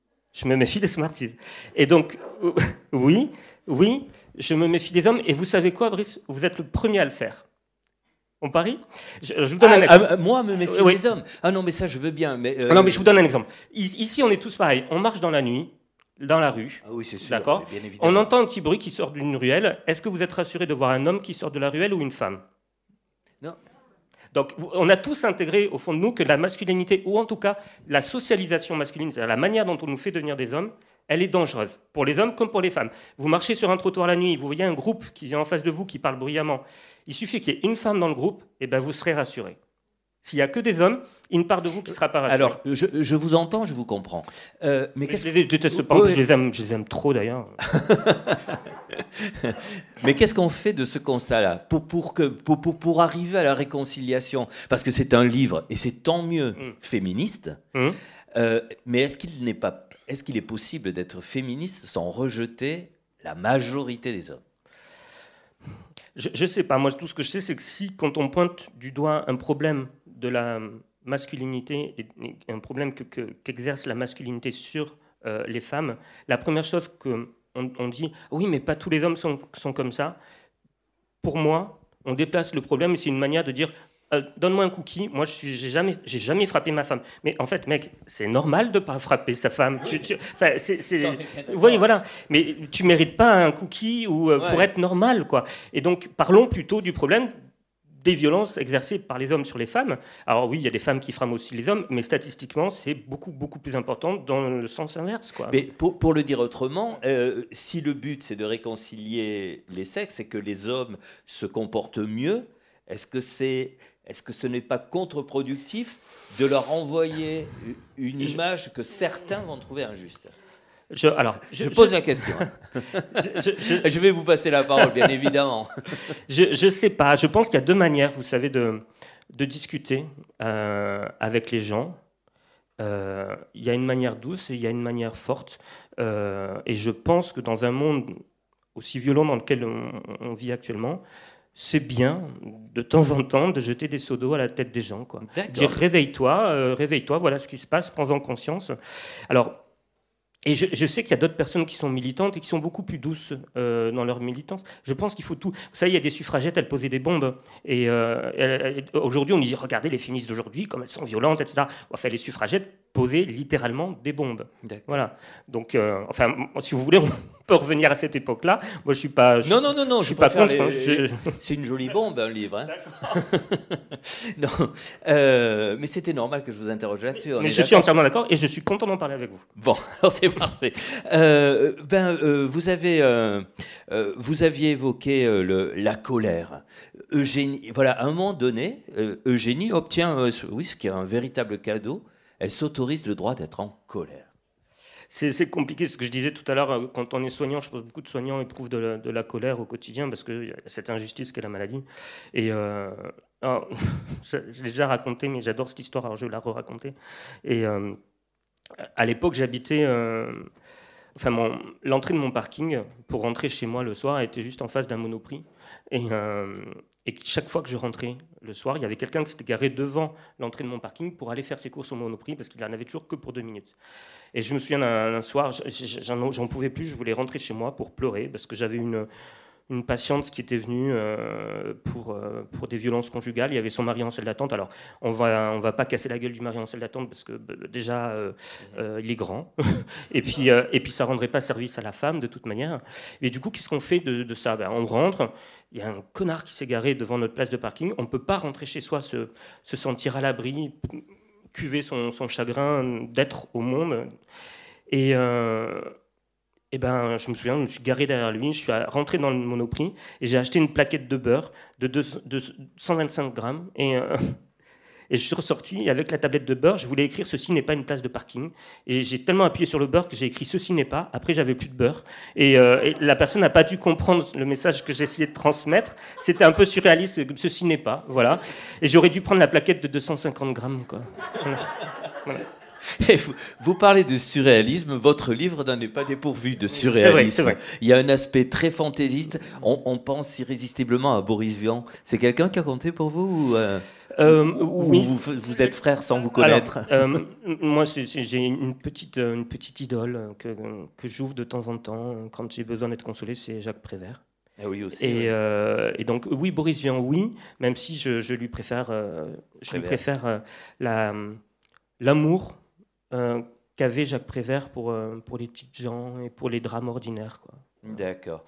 Et donc, oui, je me méfie des hommes. Et vous savez quoi, Brice? Vous êtes le premier à le faire. On parie? Je vous donne un exemple. Moi, me méfier des hommes. Ah non, mais ça, je veux bien. Non, mais je vous donne un exemple. Ici, on est tous pareils. On marche dans la nuit, dans la rue. Ah oui, c'est sûr. D'accord. On entend un petit bruit qui sort d'une ruelle. Est-ce que vous êtes rassuré de voir un homme qui sort de la ruelle ou une femme? Non. Donc, on a tous intégré au fond de nous que la masculinité, ou en tout cas la socialisation masculine, c'est-à-dire la manière dont on nous fait devenir des hommes, elle est dangereuse, pour les hommes comme pour les femmes. Vous marchez sur un trottoir la nuit, vous voyez un groupe qui vient en face de vous, qui parle bruyamment. Il suffit qu'il y ait une femme dans le groupe, et ben vous serez rassuré. S'il n'y a que des hommes, une part de vous qui sera pas rassurée. Alors, je vous entends, je vous comprends. Mais je les déteste pas, je les aime trop d'ailleurs. Mais qu'est-ce qu'on fait de ce constat-là pour arriver à la réconciliation? Parce que c'est un livre, et c'est tant mieux féministe, mais est-ce qu'il est possible d'être féministe sans rejeter la majorité des hommes? Je sais pas. Moi, tout ce que je sais, c'est que quand on pointe du doigt un problème de la masculinité et un problème qu'exerce la masculinité sur les femmes, la première chose qu'on dit, oui, mais pas tous les hommes sont comme ça. Pour moi, on déplace le problème et c'est une manière de dire, donne-moi un cookie. Moi, j'ai jamais frappé ma femme. Mais en fait, mec, c'est normal de pas frapper sa femme. Oui, voilà. Mais tu mérites pas un cookie pour être normal, quoi. Et donc, parlons plutôt du problème des violences exercées par les hommes sur les femmes. Alors oui, il y a des femmes qui frappent aussi les hommes, mais statistiquement, c'est beaucoup, beaucoup plus important dans le sens inverse, quoi. Mais pour le dire autrement, si le but, c'est de réconcilier les sexes et que les hommes se comportent mieux, est-ce que ce n'est pas contre-productif de leur envoyer une image que certains vont trouver injuste? Je pose la question. Je vais vous passer la parole, bien évidemment. Je ne sais pas. Je pense qu'il y a deux manières, vous savez, de discuter avec les gens. Il y a une manière douce et il y a une manière forte. Et je pense que dans un monde aussi violent dans lequel on vit actuellement, c'est bien, de temps en temps, de jeter des seaux d'eau à la tête des gens, quoi. Dire réveille-toi, voilà ce qui se passe, prends-en conscience. Alors, et je sais qu'il y a d'autres personnes qui sont militantes et qui sont beaucoup plus douces dans leur militance. Je pense qu'il faut tout. Vous savez, il y a des suffragettes, elles posaient des bombes. Et aujourd'hui, on dit, regardez les féministes d'aujourd'hui, comme elles sont violentes, etc. Enfin, les suffragettes posaient littéralement des bombes. Voilà. Donc, enfin, si vous voulez, on peut revenir à cette époque-là. Moi, je suis pas. Non, je suis pas contre. C'est une jolie bombe, un livre. Hein. Non, mais c'était normal que je vous interroge là-dessus. Mais je suis entièrement d'accord et je suis content d'en parler avec vous. Bon, alors c'est parfait. Vous aviez évoqué la colère. Eugénie, voilà, à un moment donné, Eugénie obtient, ce qui est un véritable cadeau. Elle s'autorise le droit d'être en colère. C'est compliqué, ce que je disais tout à l'heure, quand on est soignant, je pense que beaucoup de soignants éprouvent de la colère au quotidien parce qu'il y a cette injustice qu'est la maladie. Et alors, je l'ai déjà raconté, mais j'adore cette histoire, alors je vais la re-raconter. Et à l'époque, j'habitais... l'entrée de mon parking pour rentrer chez moi le soir était juste en face d'un Monoprix. Et chaque fois que je rentrais le soir, il y avait quelqu'un qui s'était garé devant l'entrée de mon parking pour aller faire ses courses au Monoprix parce qu'il en avait toujours que pour 2 minutes. Et je me souviens d'un soir, j'en pouvais plus, je voulais rentrer chez moi pour pleurer parce que j'avais une patiente qui était venue pour des violences conjugales. Il y avait son mari en salle d'attente. Alors, on va pas casser la gueule du mari en salle d'attente parce que déjà, il est grand. et puis, ça rendrait pas service à la femme de toute manière. Et du coup, qu'est-ce qu'on fait de ça? On rentre. Il y a un connard qui s'est garé devant notre place de parking. On ne peut pas rentrer chez soi, se sentir à l'abri, cuver son chagrin d'être au monde. Et je me souviens, je me suis garé derrière lui, je suis rentré dans le Monoprix et j'ai acheté une plaquette de beurre de 125 grammes. Et je suis ressorti et avec la tablette de beurre, je voulais écrire « Ceci n'est pas une place de parking ». Et j'ai tellement appuyé sur le beurre que j'ai écrit « Ceci n'est pas ». Après, j'avais plus de beurre. Et la personne n'a pas dû comprendre le message que j'essayais de transmettre. C'était un peu surréaliste, « Ceci n'est pas ». Voilà. Et j'aurais dû prendre la plaquette de 250 grammes, quoi. Voilà. Et vous parlez de surréalisme, votre livre n'en est pas dépourvu de surréalisme. C'est vrai. Il y a un aspect très fantaisiste. On pense irrésistiblement à Boris Vian. C'est quelqu'un qui a compté pour vous oui. Ou vous êtes frères sans vous connaître? Alors, moi, j'ai une petite idole que j'ouvre de temps en temps quand j'ai besoin d'être consolé, c'est Jacques Prévert. Ah oui, aussi. Et donc, oui, Boris Vian, oui, même si je lui préfère, l'amour qu'avait Jacques Prévert pour les petites gens et pour les drames ordinaires, quoi. D'accord.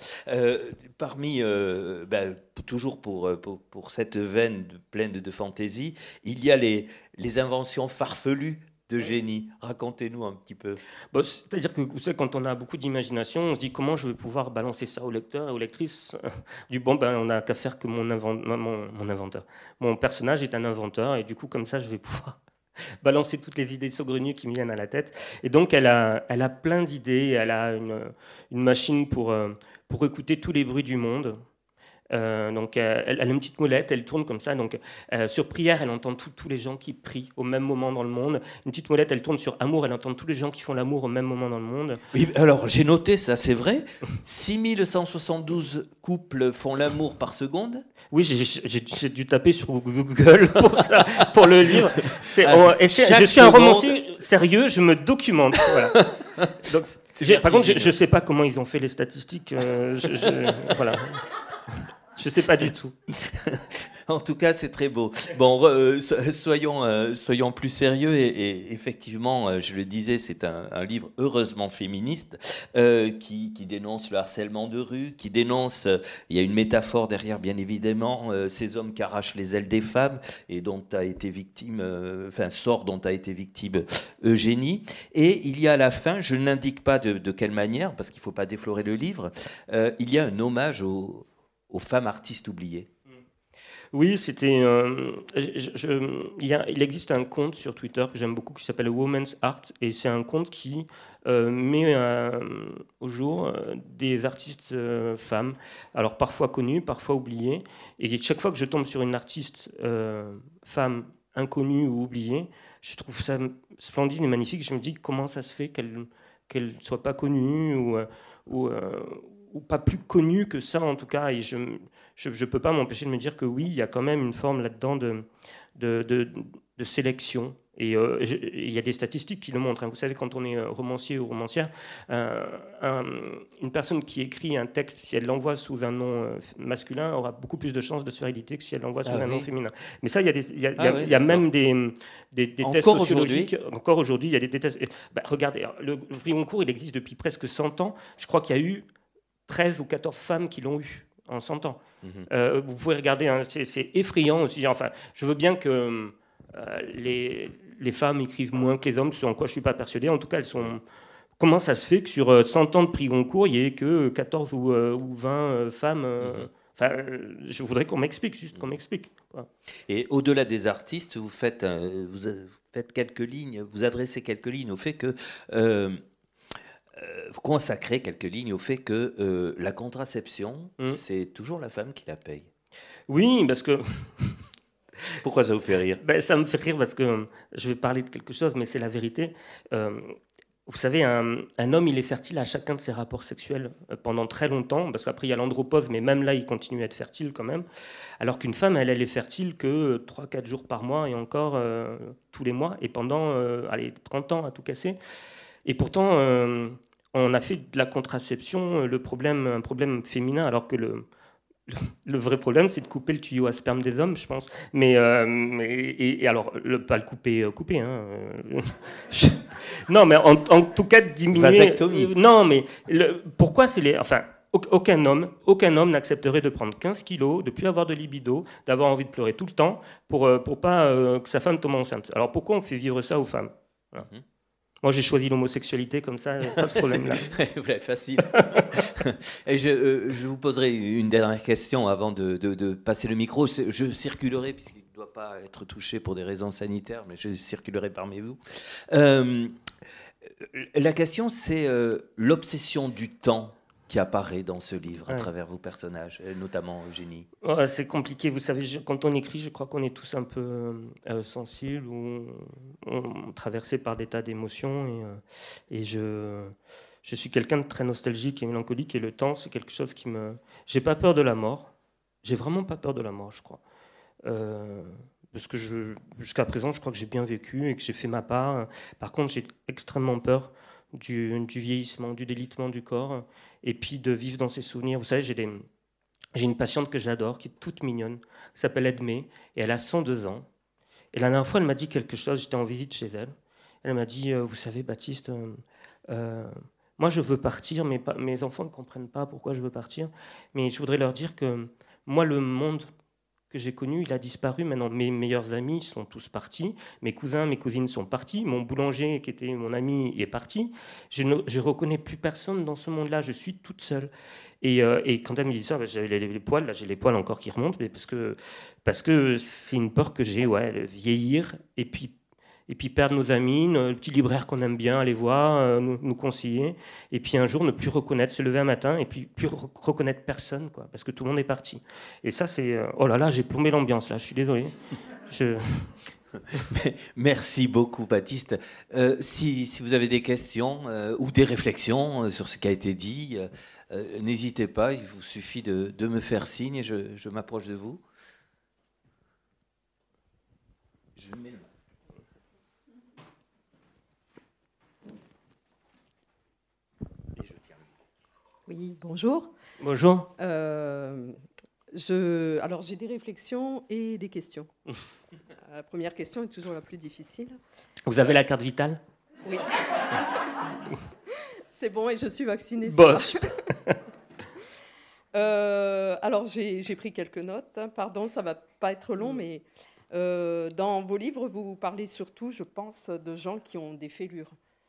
Toujours pour cette veine pleine de fantaisie, il y a les inventions farfelues Génie. Racontez-nous un petit peu. Bon, c'est-à-dire que vous savez, quand on a beaucoup d'imagination, on se dit comment je vais pouvoir balancer ça au lecteur et aux lectrices. On n'a qu'à faire que mon inventeur. Mon personnage est un inventeur et du coup, comme ça, je vais pouvoir balancer toutes les idées saugrenues qui me viennent à la tête. Et donc, elle a plein d'idées. Elle a une machine pour écouter tous les bruits du monde. Donc, elle a une petite molette, elle tourne comme ça. Donc, sur prière, elle entend tous les gens qui prient au même moment dans le monde. Une petite molette, elle tourne sur amour, elle entend tous les gens qui font l'amour au même moment dans le monde. Oui, alors, j'ai noté ça, c'est vrai. 6172 couples font l'amour par seconde. Oui, j'ai dû taper sur Google pour le livre. Je suis un romancier sérieux, je me documente. Voilà. Donc, par contre, je ne sais pas comment ils ont fait les statistiques. Voilà. Je ne sais pas du tout. En tout cas, c'est très beau. Bon, soyons plus sérieux. Et effectivement, je le disais, c'est un livre heureusement féministe qui dénonce le harcèlement de rue, qui dénonce, il y a une métaphore derrière, bien évidemment, ces hommes qui arrachent les ailes des femmes et dont a été victime, sort dont a été victime Eugénie. Et il y a à la fin, je n'indique pas de quelle manière, parce qu'il ne faut pas déflorer le livre, il y a un hommage aux femmes artistes oubliées. Oui, c'était. Il existe un compte sur Twitter que j'aime beaucoup qui s'appelle Women's Art, et c'est un compte qui met au jour des artistes femmes, alors parfois connues, parfois oubliées, et chaque fois que je tombe sur une artiste femme inconnue ou oubliée, je trouve ça splendide et magnifique. Je me dis comment ça se fait qu'elle soit pas connue ou pas plus connue que ça en tout cas, et je ne peux pas m'empêcher de me dire que oui, il y a quand même une forme là-dedans de sélection. Et il y a des statistiques qui le montrent. Vous savez, quand on est romancier ou romancière, une personne qui écrit un texte, si elle l'envoie sous un nom masculin, aura beaucoup plus de chances de se faire éditer que si elle l'envoie sous un nom féminin. Mais ça, il y a même des tests sociologiques. Encore aujourd'hui, il y a des tests. Regardez, le prix Goncourt, il existe depuis presque 100 ans. Je crois qu'il y a eu 13 ou 14 femmes qui l'ont eu en 100 ans. Vous pouvez regarder, hein, c'est effrayant aussi. Enfin, je veux bien que les femmes écrivent moins que les hommes, ce en quoi je ne suis pas persuadé. En tout cas, elles sont... Comment ça se fait que sur 100 ans de prix Goncourt, il n'y ait que 14 ou 20 femmes je voudrais qu'on m'explique, juste qu'on m'explique. Voilà. Et au-delà des artistes, vous faites quelques lignes, vous adressez quelques lignes au fait que... vous consacrez quelques lignes au fait que la contraception, c'est toujours la femme qui la paye. Oui, parce que... Pourquoi ça vous fait rire ? Ça me fait rire parce que je vais parler de quelque chose, mais c'est la vérité. Vous savez, un homme, il est fertile à chacun de ses rapports sexuels pendant très longtemps, parce qu'après, il y a l'andropause, mais même là, il continue à être fertile quand même. Alors qu'une femme, elle est fertile que 3-4 jours par mois, et encore tous les mois, et pendant 30 ans à tout casser. Et pourtant, on a fait de la contraception un problème féminin, alors que le vrai problème, c'est de couper le tuyau à sperme des hommes, je pense. Mais alors, pas le couper. Hein. Non, mais en tout cas, diminuer. Vasectomie. Non, mais pourquoi c'est les. Enfin, aucun homme n'accepterait de prendre 15 kilos, de ne plus avoir de libido, d'avoir envie de pleurer tout le temps pour pas que sa femme tombe enceinte. Alors pourquoi on fait vivre ça aux femmes ? Voilà. Moi, j'ai choisi l'homosexualité comme ça, pas de problème là. Facile. Et je vous poserai une dernière question avant de passer le micro. Je circulerai, puisqu'il ne doit pas être touché pour des raisons sanitaires, mais je circulerai parmi vous. La question, c'est l'obsession du temps qui apparaît dans ce livre à travers vos personnages, notamment Eugénie. C'est compliqué, vous savez, quand on écrit, je crois qu'on est tous un peu sensibles ou traversés par des tas d'émotions. Et je suis quelqu'un de très nostalgique et mélancolique, et le temps, c'est quelque chose qui me... J'ai pas peur de la mort, j'ai vraiment pas peur de la mort, je crois. Parce que jusqu'à présent, je crois que j'ai bien vécu et que j'ai fait ma part. Par contre, j'ai extrêmement peur du vieillissement, du délitement du corps, et puis de vivre dans ses souvenirs. Vous savez, j'ai une patiente que j'adore, qui est toute mignonne, qui s'appelle Edmé, et elle a 102 ans. Et la dernière fois, elle m'a dit quelque chose, j'étais en visite chez elle. Elle m'a dit, vous savez, Baptiste, moi je veux partir, mais mes enfants ne comprennent pas pourquoi je veux partir, mais je voudrais leur dire que moi, le monde que j'ai connu, il a disparu. Maintenant, mes meilleurs amis sont tous partis. Mes cousins, mes cousines sont partis. Mon boulanger, qui était mon ami, est parti. Je ne reconnais plus personne dans ce monde-là. Je suis toute seule. Et quand elle me dit ça, j'ai les poils, là, j'ai les poils encore qui remontent, mais parce que c'est une peur que j'ai, ouais, vieillir et puis perdre nos amis, le petit libraire qu'on aime bien aller voir, nous conseiller, et puis un jour ne plus reconnaître, se lever un matin et puis plus reconnaître personne, quoi, parce que tout le monde est parti. Et ça, c'est... oh là là, j'ai plombé l'ambiance, là, je suis désolé. Merci beaucoup, Baptiste. Si vous avez des questions ou des réflexions sur ce qui a été dit, n'hésitez pas, il vous suffit de me faire signe et je m'approche de vous. Je mets le... Oui, bonjour. Bonjour. Alors, j'ai des réflexions et des questions. La première question est toujours la plus difficile. Vous avez la carte vitale ? Oui. C'est bon, et je suis vaccinée. Boss. Alors, j'ai pris quelques notes. Hein. Pardon, ça ne va pas être long, mais dans vos livres, vous parlez surtout, je pense, de gens qui ont des fêlures.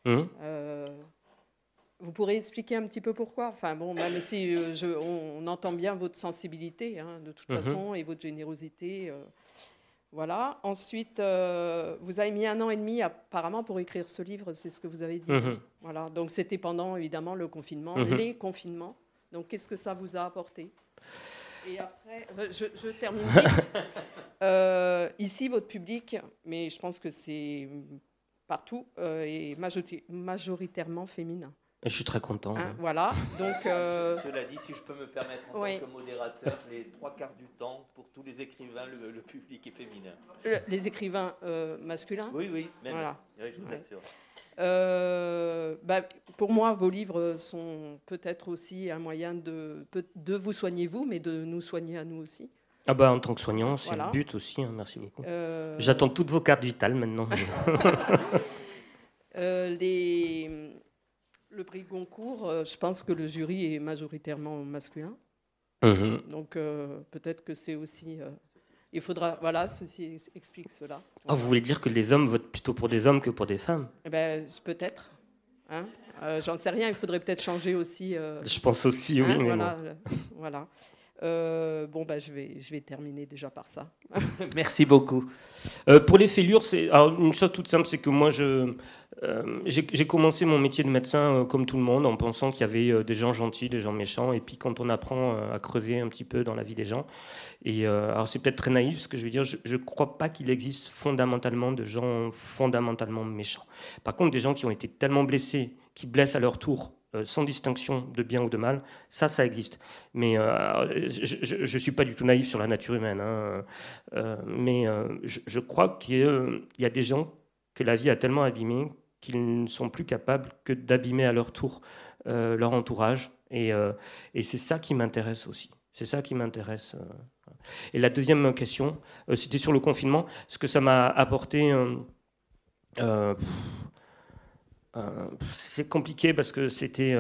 Vous pourrez expliquer un petit peu pourquoi. Enfin bon, même si on entend bien votre sensibilité, hein, de toute façon, et votre générosité. Voilà. Ensuite, vous avez mis 1 an et demi apparemment pour écrire ce livre, c'est ce que vous avez dit. Voilà. Donc c'était pendant évidemment le confinement, les confinements. Donc qu'est-ce que ça vous a apporté ? Et après, je termine vite. Ici, votre public, mais je pense que c'est partout, est majoritairement féminin. Je suis très content. Hein, voilà. Donc, Cela dit, si je peux me permettre en tant que modérateur, les 3/4 du temps, pour tous les écrivains, le public est féminin. Les écrivains masculins ? Oui, même. Voilà. Oui, je vous assure. Pour moi, vos livres sont peut-être aussi un moyen de vous soigner vous, mais de nous soigner à nous aussi. Ah bah, en tant que soignant, c'est voilà. Le but aussi. Hein, merci beaucoup. J'attends toutes vos cartes vitales maintenant. Le prix Goncourt, je pense que le jury est majoritairement masculin. Donc peut-être que c'est aussi... il faudra... Voilà, ceci explique cela. Ah, vous voulez dire que les hommes votent plutôt pour des hommes que pour des femmes ? Eh ben, peut-être. Hein, j'en sais rien, il faudrait peut-être changer aussi... Je pense aussi, oui. Hein, mais voilà. bon. Voilà. Je vais terminer déjà par ça. Merci beaucoup. Pour les fêlures, une chose toute simple, c'est que moi, j'ai commencé mon métier de médecin comme tout le monde, en pensant qu'il y avait des gens gentils, des gens méchants, et puis quand on apprend à creuser un petit peu dans la vie des gens, alors c'est peut-être très naïf ce que je veux dire, je ne crois pas qu'il existe fondamentalement de gens fondamentalement méchants. Par contre, des gens qui ont été tellement blessés, qui blessent à leur tour, sans distinction de bien ou de mal, ça existe. Mais je ne suis pas du tout naïf sur la nature humaine, hein, mais je crois qu'il y a des gens que la vie a tellement abîmés qu'ils ne sont plus capables que d'abîmer à leur tour leur entourage. Et c'est ça qui m'intéresse aussi. C'est ça qui m'intéresse. Et la deuxième question, c'était sur le confinement. Ce que ça m'a apporté... c'est compliqué parce que c'était...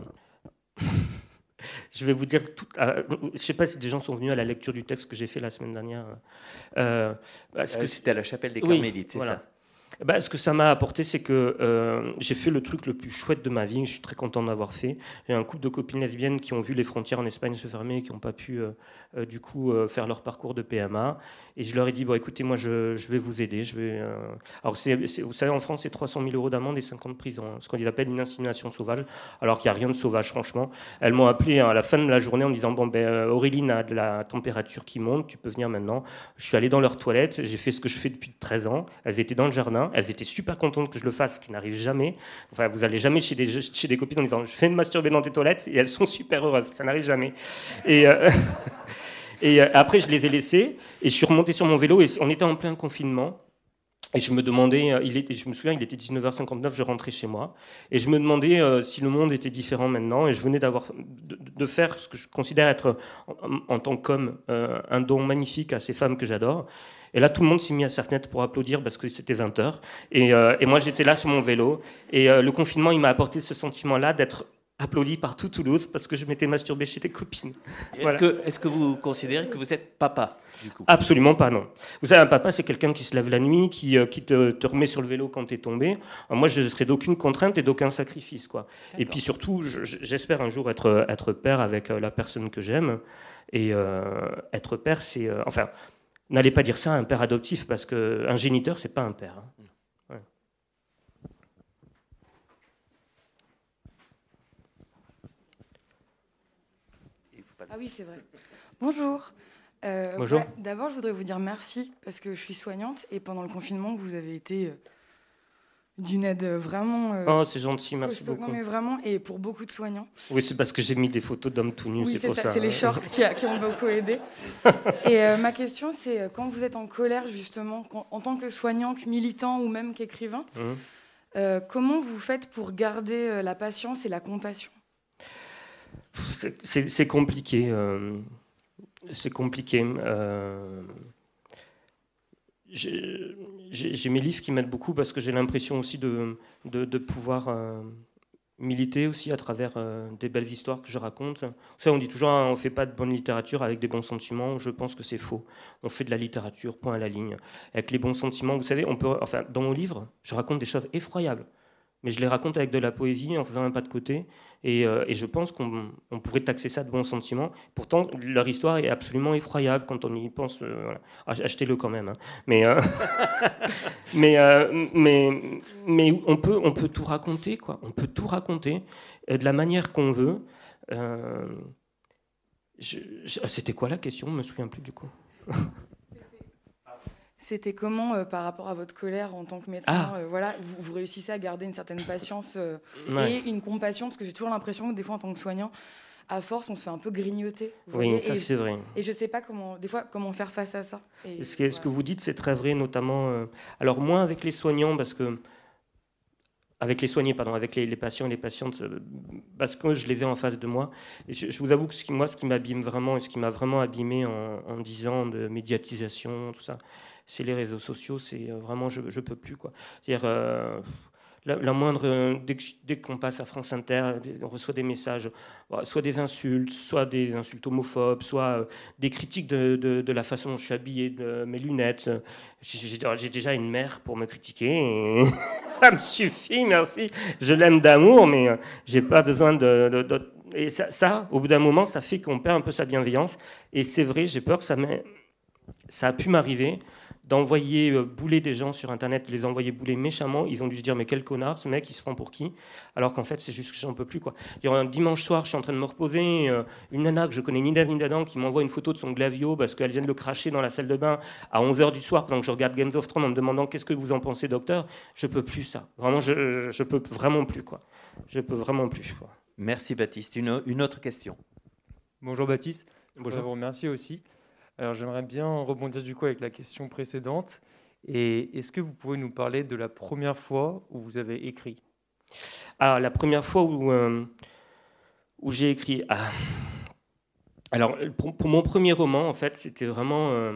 je vais vous dire... je ne sais pas si des gens sont venus à la lecture du texte que j'ai fait la semaine dernière. C'était à la chapelle des Carmélites, c'est voilà. ça. Ce que ça m'a apporté, c'est que j'ai fait le truc le plus chouette de ma vie. Je suis très content d'avoir fait. J'ai un couple de copines lesbiennes qui ont vu les frontières en Espagne se fermer et qui n'ont pas pu, du coup, faire leur parcours de PMA. Et je leur ai dit, bon, écoutez, moi, je vais vous aider. Alors, vous savez, en France, c'est 300 000 € d'amende et 50 ans de prison. Hein, ce qu'on appelle une insémination sauvage, alors qu'il n'y a rien de sauvage, franchement. Elles m'ont appelé à la fin de la journée en me disant, bon, Auréline a de la température qui monte, tu peux venir maintenant. Je suis allé dans leurs toilettes, j'ai fait ce que je fais depuis 13 ans. Elles étaient dans le jardin. Elles étaient super contentes que je le fasse, ce qui n'arrive jamais. Enfin, vous n'allez jamais chez des copines en disant « je fais me masturber dans tes toilettes » et elles sont super heureuses, ça n'arrive jamais. Et après, je les ai laissées et je suis remonté sur mon vélo et on était en plein confinement. Et je me demandais, je me souviens, il était 19h59, je rentrais chez moi. Et je me demandais si le monde était différent maintenant. Et je venais de faire ce que je considère être, en tant qu'homme, un don magnifique à ces femmes que j'adore. Et là, tout le monde s'est mis à sa fenêtre pour applaudir parce que c'était 20h. Et moi, j'étais là sur mon vélo. Et le confinement, il m'a apporté ce sentiment-là d'être applaudi par tout Toulouse parce que je m'étais masturbé chez des copines. Est-ce que vous considérez que vous êtes papa, du coup? Absolument pas, non. Vous savez, un papa, c'est quelqu'un qui se lève la nuit, qui te remet sur le vélo quand tu es tombé. Alors moi, je ne serai d'aucune contrainte et d'aucun sacrifice, quoi. Et puis surtout, j'espère un jour être père avec la personne que j'aime. Et être père, c'est... enfin, n'allez pas dire ça à un père adoptif, parce qu'un géniteur, c'est pas un père. Hein. Ah oui, c'est vrai. Bonjour. Bonjour. Ouais, d'abord, je voudrais vous dire merci parce que je suis soignante et pendant le confinement, vous avez été d'une aide vraiment. Oh, c'est gentil, merci costaud. beaucoup. Non, mais vraiment, et pour beaucoup de soignants. Oui, c'est parce que j'ai mis des photos d'hommes tout nus, Oui, c'est pour ça. C'est les shorts qui ont beaucoup aidé. Et ma question, c'est quand vous êtes en colère, justement, en tant que soignant, que militant ou même qu'écrivain, comment vous faites pour garder la patience et la compassion? C'est compliqué. C'est compliqué. J'ai mes livres qui m'aident beaucoup parce que j'ai l'impression aussi de pouvoir militer aussi à travers des belles histoires que je raconte. Vous savez, on dit toujours on ne fait pas de bonne littérature avec des bons sentiments. Je pense que c'est faux. On fait de la littérature, point à la ligne. Avec les bons sentiments, vous savez, dans mon livre, je raconte des choses effroyables. Mais je les raconte avec de la poésie, en faisant un pas de côté. Et je pense qu'on pourrait taxer ça de bons sentiments. Pourtant, leur histoire est absolument effroyable quand on y pense. Voilà. Achetez-le quand même. Hein. Mais on peut tout raconter, quoi. On peut tout raconter de la manière qu'on veut. C'était quoi la question? Je ne me souviens plus du coup. C'était comment, par rapport à votre colère en tant que médecin, voilà, vous réussissez à garder une certaine patience et une compassion, parce que j'ai toujours l'impression que des fois, en tant que soignant, à force, on se fait un peu grignoter. Oui, ça c'est vrai. Et je ne sais pas comment faire face à ça. Et, ce que vous dites, c'est très vrai, notamment... alors, moins avec les soignants, parce que... Avec les soignés, pardon, avec les patients et les patientes, parce que je les ai en face de moi. Et je vous avoue que ce qui m'abîme vraiment, et ce qui m'a vraiment abîmé en 10 ans de médiatisation, tout ça, c'est les réseaux sociaux. C'est vraiment, je peux plus, quoi. C'est-à-dire, la moindre, dès qu'on passe à France Inter, on reçoit des messages, soit des insultes homophobes, soit des critiques de la façon dont je suis habillé, de mes lunettes. J'ai déjà une mère pour me critiquer, et ça me suffit, merci. Je l'aime d'amour, mais j'ai pas besoin et ça, au bout d'un moment, ça fait qu'on perd un peu sa bienveillance. Et c'est vrai, j'ai peur que ça a pu m'arriver d'envoyer bouler des gens sur Internet, les envoyer bouler méchamment. Ils ont dû se dire, mais quel connard, ce mec, il se prend pour qui? Alors qu'en fait, c'est juste que j'en peux plus, quoi. Un dimanche soir, je suis en train de me reposer, une nana que je connais ni d'Ève ni d'Adam qui m'envoie une photo de son glavio parce qu'elle vient de le cracher dans la salle de bain à 11h du soir pendant que je regarde Games of Thrones en me demandant qu'est-ce que vous en pensez, docteur. Je peux plus ça. Vraiment, je peux vraiment plus, quoi. Je peux vraiment plus, quoi. Merci Baptiste. Une autre question. Bonjour Baptiste. Bonjour. Je vous remercie aussi. Alors j'aimerais bien rebondir du coup avec la question précédente. Et est-ce que vous pouvez nous parler de la première fois où vous avez écrit? La première fois où j'ai écrit. Alors pour mon premier roman, en fait, c'était vraiment.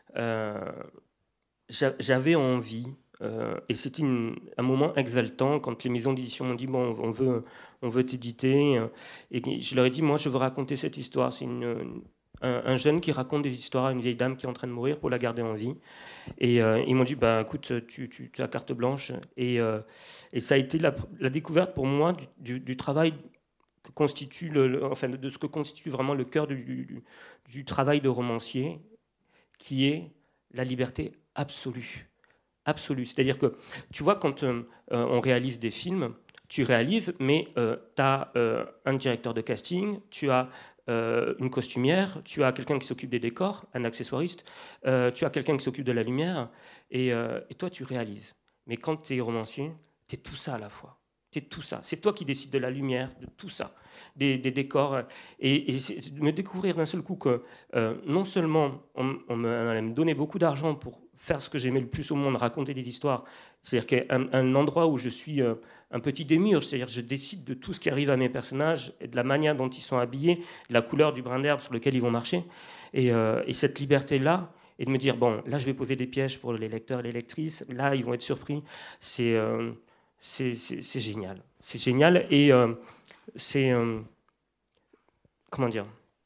J'avais envie. Et c'était un moment exaltant quand les maisons d'édition m'ont dit bon, on veut t'éditer. Et je leur ai dit moi, je veux raconter cette histoire. C'est un jeune qui raconte des histoires à une vieille dame qui est en train de mourir pour la garder en vie. Et ils m'ont dit, écoute, tu as carte blanche. Et ça a été la découverte pour moi du travail que constitue, de ce que constitue vraiment le cœur du travail de romancier, qui est la liberté absolue. Absolue. C'est-à-dire que, tu vois, quand on réalise des films, tu réalises, mais tu as un directeur de casting, tu as une costumière, tu as quelqu'un qui s'occupe des décors, un accessoiriste, tu as quelqu'un qui s'occupe de la lumière, et toi, tu réalises. Mais quand tu es romancier, tu es tout ça à la fois. Tu es tout ça. C'est toi qui décides de la lumière, de tout ça, des décors. Et me découvrir d'un seul coup que non seulement on me donnait beaucoup d'argent pour faire ce que j'aimais le plus au monde, raconter des histoires, c'est-à-dire qu'il y a un endroit où je suis un petit démiurge, c'est-à-dire que je décide de tout ce qui arrive à mes personnages, et de la manière dont ils sont habillés, de la couleur du brin d'herbe sur lequel ils vont marcher, et cette liberté-là, et de me dire, bon, là je vais poser des pièges pour les lecteurs et les lectrices, là ils vont être surpris, c'est génial. C'est génial, et comment dire,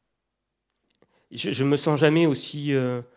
je me sens jamais aussi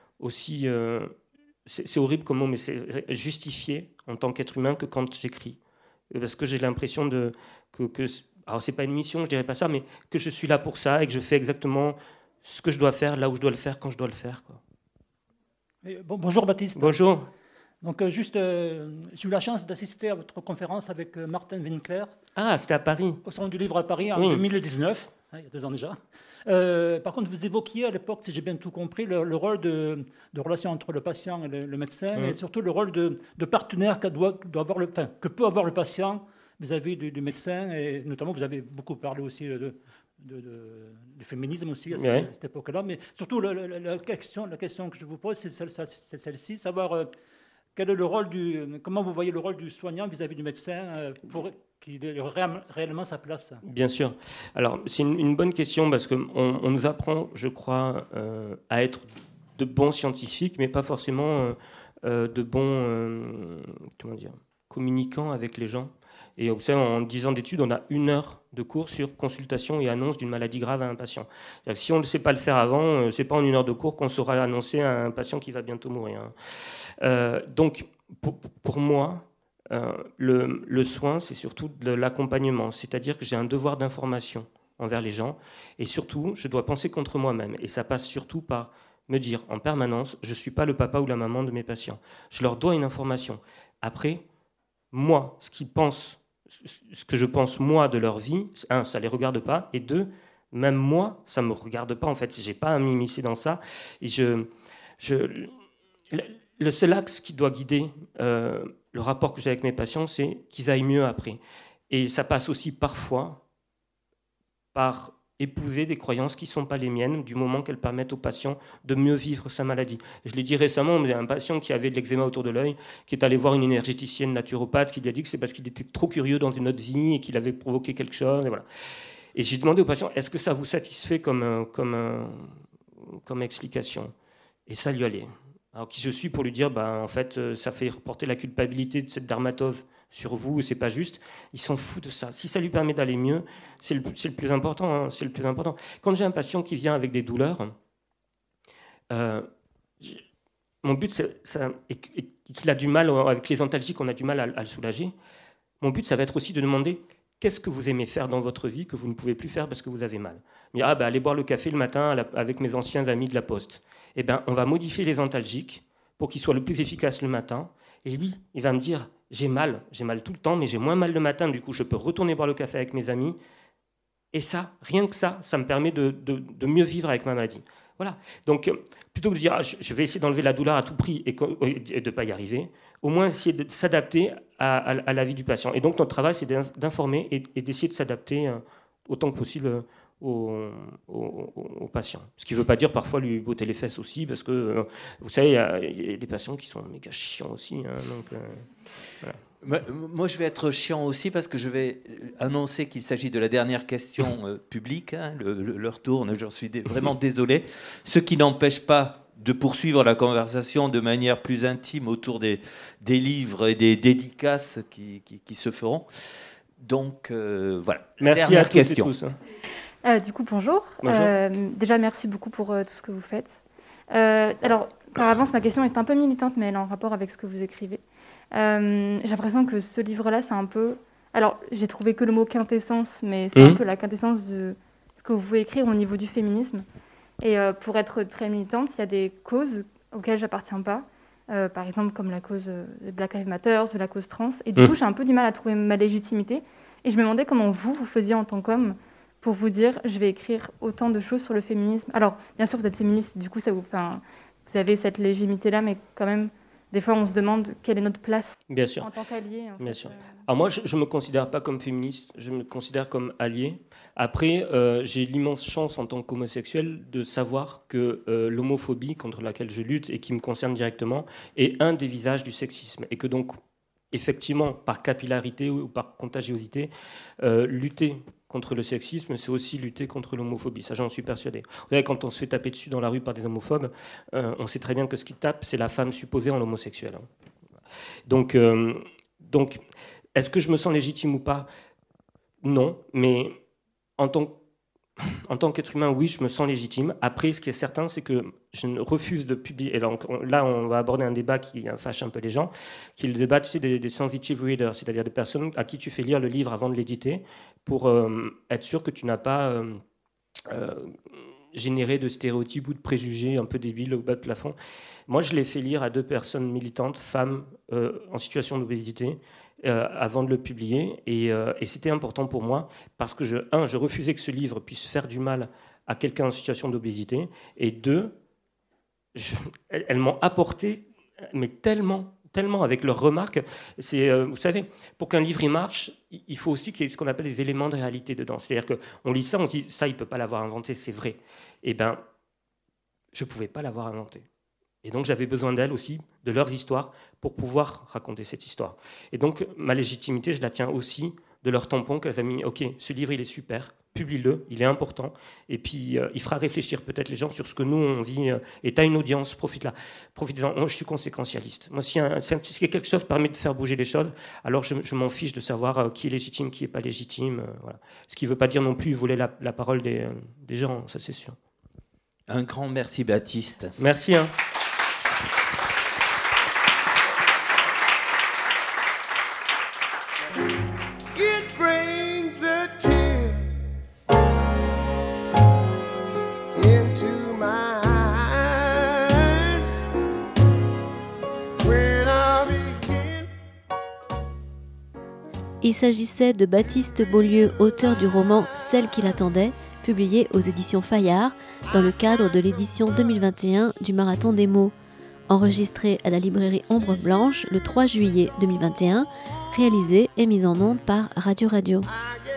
c'est horrible comme mot, mais c'est justifié en tant qu'être humain que quand j'écris, parce que j'ai l'impression que alors c'est pas une mission, je dirais pas ça, mais que je suis là pour ça et que je fais exactement ce que je dois faire, là où je dois le faire, quand je dois le faire, quoi. Bonjour Baptiste. Bonjour. Donc j'ai eu la chance d'assister à votre conférence avec Martin Winkler. Ah, c'était à Paris. Au Salon du Livre à Paris en 2019, il y a 2 ans déjà. Par contre, vous évoquiez à l'époque, si j'ai bien tout compris, le rôle de relation entre le patient et le médecin, et surtout le rôle de partenaire que peut avoir le patient vis-à-vis du médecin, et notamment vous avez beaucoup parlé aussi du féminisme aussi à cette époque-là, mais surtout la question que je vous pose, c'est celle-ci, savoir quel est le rôle comment vous voyez le rôle du soignant vis-à-vis du médecin pour qu'il ait réellement sa place. Bien sûr. Alors c'est une bonne question parce qu'on nous apprend, je crois, à être de bons scientifiques, mais pas forcément de bons communicants avec les gens. Et vous savez, en 10 ans d'études, on a 1 heure de cours sur consultation et annonce d'une maladie grave à un patient. Si on ne sait pas le faire avant, c'est pas en 1 heure de cours qu'on saura annoncer à un patient qui va bientôt mourir. Donc, pour moi, le soin, c'est surtout de l'accompagnement. C'est-à-dire que j'ai un devoir d'information envers les gens. Et surtout, je dois penser contre moi-même. Et ça passe surtout par me dire en permanence, je ne suis pas le papa ou la maman de mes patients. Je leur dois une information. Après, moi, ce que je pense moi de leur vie, 1, ça ne les regarde pas, et 2, même moi, ça ne me regarde pas en fait, je n'ai pas à m'immiscer dans ça. Et le seul axe qui doit guider le rapport que j'ai avec mes patients, c'est qu'ils aillent mieux après. Et ça passe aussi parfois par épouser des croyances qui ne sont pas les miennes, du moment qu'elles permettent au patient de mieux vivre sa maladie. Je l'ai dit récemment, mais un patient qui avait de l'eczéma autour de l'œil, qui est allé voir une énergéticienne naturopathe, qui lui a dit que c'est parce qu'il était trop curieux dans une autre vie et qu'il avait provoqué quelque chose. Et voilà. Et j'ai demandé au patient, est-ce que ça vous satisfait comme explication ? Et ça lui allait. Alors qui je suis pour lui dire, en fait, ça fait reporter la culpabilité de cette dermatose sur vous, c'est pas juste. Il s'en fout de ça. Si ça lui permet d'aller mieux, c'est le plus important. Hein, c'est le plus important. Quand j'ai un patient qui vient avec des douleurs, mon but, et qu'il a du mal, avec les antalgiques, on a du mal à le soulager. Mon but, ça va être aussi de demander qu'est-ce que vous aimez faire dans votre vie que vous ne pouvez plus faire parce que vous avez mal. Aller boire le café le matin avec mes anciens amis de la Poste. On va modifier les antalgiques pour qu'ils soient le plus efficaces le matin. Et lui, il va me dire, j'ai mal tout le temps, mais j'ai moins mal le matin, du coup je peux retourner boire le café avec mes amis. Et ça, rien que ça me permet de mieux vivre avec ma maladie. Voilà. Donc, plutôt que de dire, je vais essayer d'enlever la douleur à tout prix et de ne pas y arriver, au moins essayer de s'adapter à la vie du patient. Et donc, notre travail, c'est d'informer et d'essayer de s'adapter autant que possible aux patients. Ce qui ne veut pas dire parfois lui botter les fesses aussi, parce que, vous savez, il y a des patients qui sont méga chiants aussi. Voilà. Moi, je vais être chiant aussi parce que je vais annoncer qu'il s'agit de la dernière question publique. L'heure tourne, j'en suis vraiment désolé. Ce qui n'empêche pas de poursuivre la conversation de manière plus intime autour des livres et des dédicaces qui se feront. Donc, voilà. Merci à toutes et tous. Du coup, bonjour. Déjà, merci beaucoup pour tout ce que vous faites. Alors, par avance, ma question est un peu militante, mais elle est en rapport avec ce que vous écrivez. J'ai l'impression que ce livre-là, c'est un peu... Alors, j'ai trouvé que le mot quintessence, mais c'est un peu la quintessence de ce que vous pouvez écrire au niveau du féminisme. Et pour être très militante, il y a des causes auxquelles j'appartiens pas, par exemple comme la cause de Black Lives Matter, de la cause trans. Et du coup, j'ai un peu du mal à trouver ma légitimité. Et je me demandais comment vous faisiez en tant qu'homme pour vous dire, je vais écrire autant de choses sur le féminisme. Alors, bien sûr, vous êtes féministe, du coup, vous avez cette légitimité-là, mais quand même, des fois, on se demande quelle est notre place en tant qu'allié. Bien sûr. Alors moi, je ne me considère pas comme féministe, je me considère comme allié. Après, j'ai l'immense chance en tant qu'homosexuel de savoir que l'homophobie contre laquelle je lutte et qui me concerne directement est un des visages du sexisme. Et que donc, effectivement, par capillarité ou par contagiosité, lutter contre le sexisme, c'est aussi lutter contre l'homophobie. Ça, j'en suis persuadé. Vous savez, quand on se fait taper dessus dans la rue par des homophobes, on sait très bien que ce qui tape, c'est la femme supposée en l'homosexuel. Donc, est-ce que je me sens légitime ou pas ? non, mais en tant qu'être humain, oui, je me sens légitime. Après, ce qui est certain, c'est que je ne refuse de publier. Et donc, là, on va aborder un débat qui fâche un peu les gens, qui est le débat, tu sais, des sensitive readers, c'est-à-dire des personnes à qui tu fais lire le livre avant de l'éditer, pour être sûr que tu n'as pas généré de stéréotypes ou de préjugés un peu débiles au bas de plafond. Moi, je l'ai fait lire à 2 personnes militantes, femmes en situation d'obésité, avant de le publier. Et c'était important pour moi parce que, je refusais que ce livre puisse faire du mal à quelqu'un en situation d'obésité. Et 2, elles m'ont apporté, mais tellement avec leurs remarques. Vous savez, pour qu'un livre il marche, il faut aussi qu'il y ait ce qu'on appelle des éléments de réalité dedans. C'est-à-dire qu'on lit ça, on dit ça, il ne peut pas l'avoir inventé, c'est vrai. Eh bien, je ne pouvais pas l'avoir inventé. Et donc, j'avais besoin d'elles aussi, de leurs histoires, pour pouvoir raconter cette histoire. Et donc, ma légitimité, je la tiens aussi de leur tampon qu'elles ont mis. OK, ce livre, il est super, publie-le, il est important. Et puis, il fera réfléchir peut-être les gens sur ce que nous, on vit. Et tu as une audience, profite-en. Moi, je suis conséquentialiste. Moi, si quelque chose permet de faire bouger les choses, alors je m'en fiche de savoir qui est légitime, qui n'est pas légitime. Voilà. Ce qui ne veut pas dire non plus voler la parole des gens, ça c'est sûr. Un grand merci, Baptiste. Merci. It brings a tear into my eyes when I begin. Il s'agissait de Baptiste Beaulieu, auteur du roman Celle qui l'attendait, publié aux éditions Fayard dans le cadre de l'édition 2021 du Marathon des mots. Enregistré à la librairie Ombre Blanche le 3 juillet 2021, réalisé et mis en onde par Radio Radio.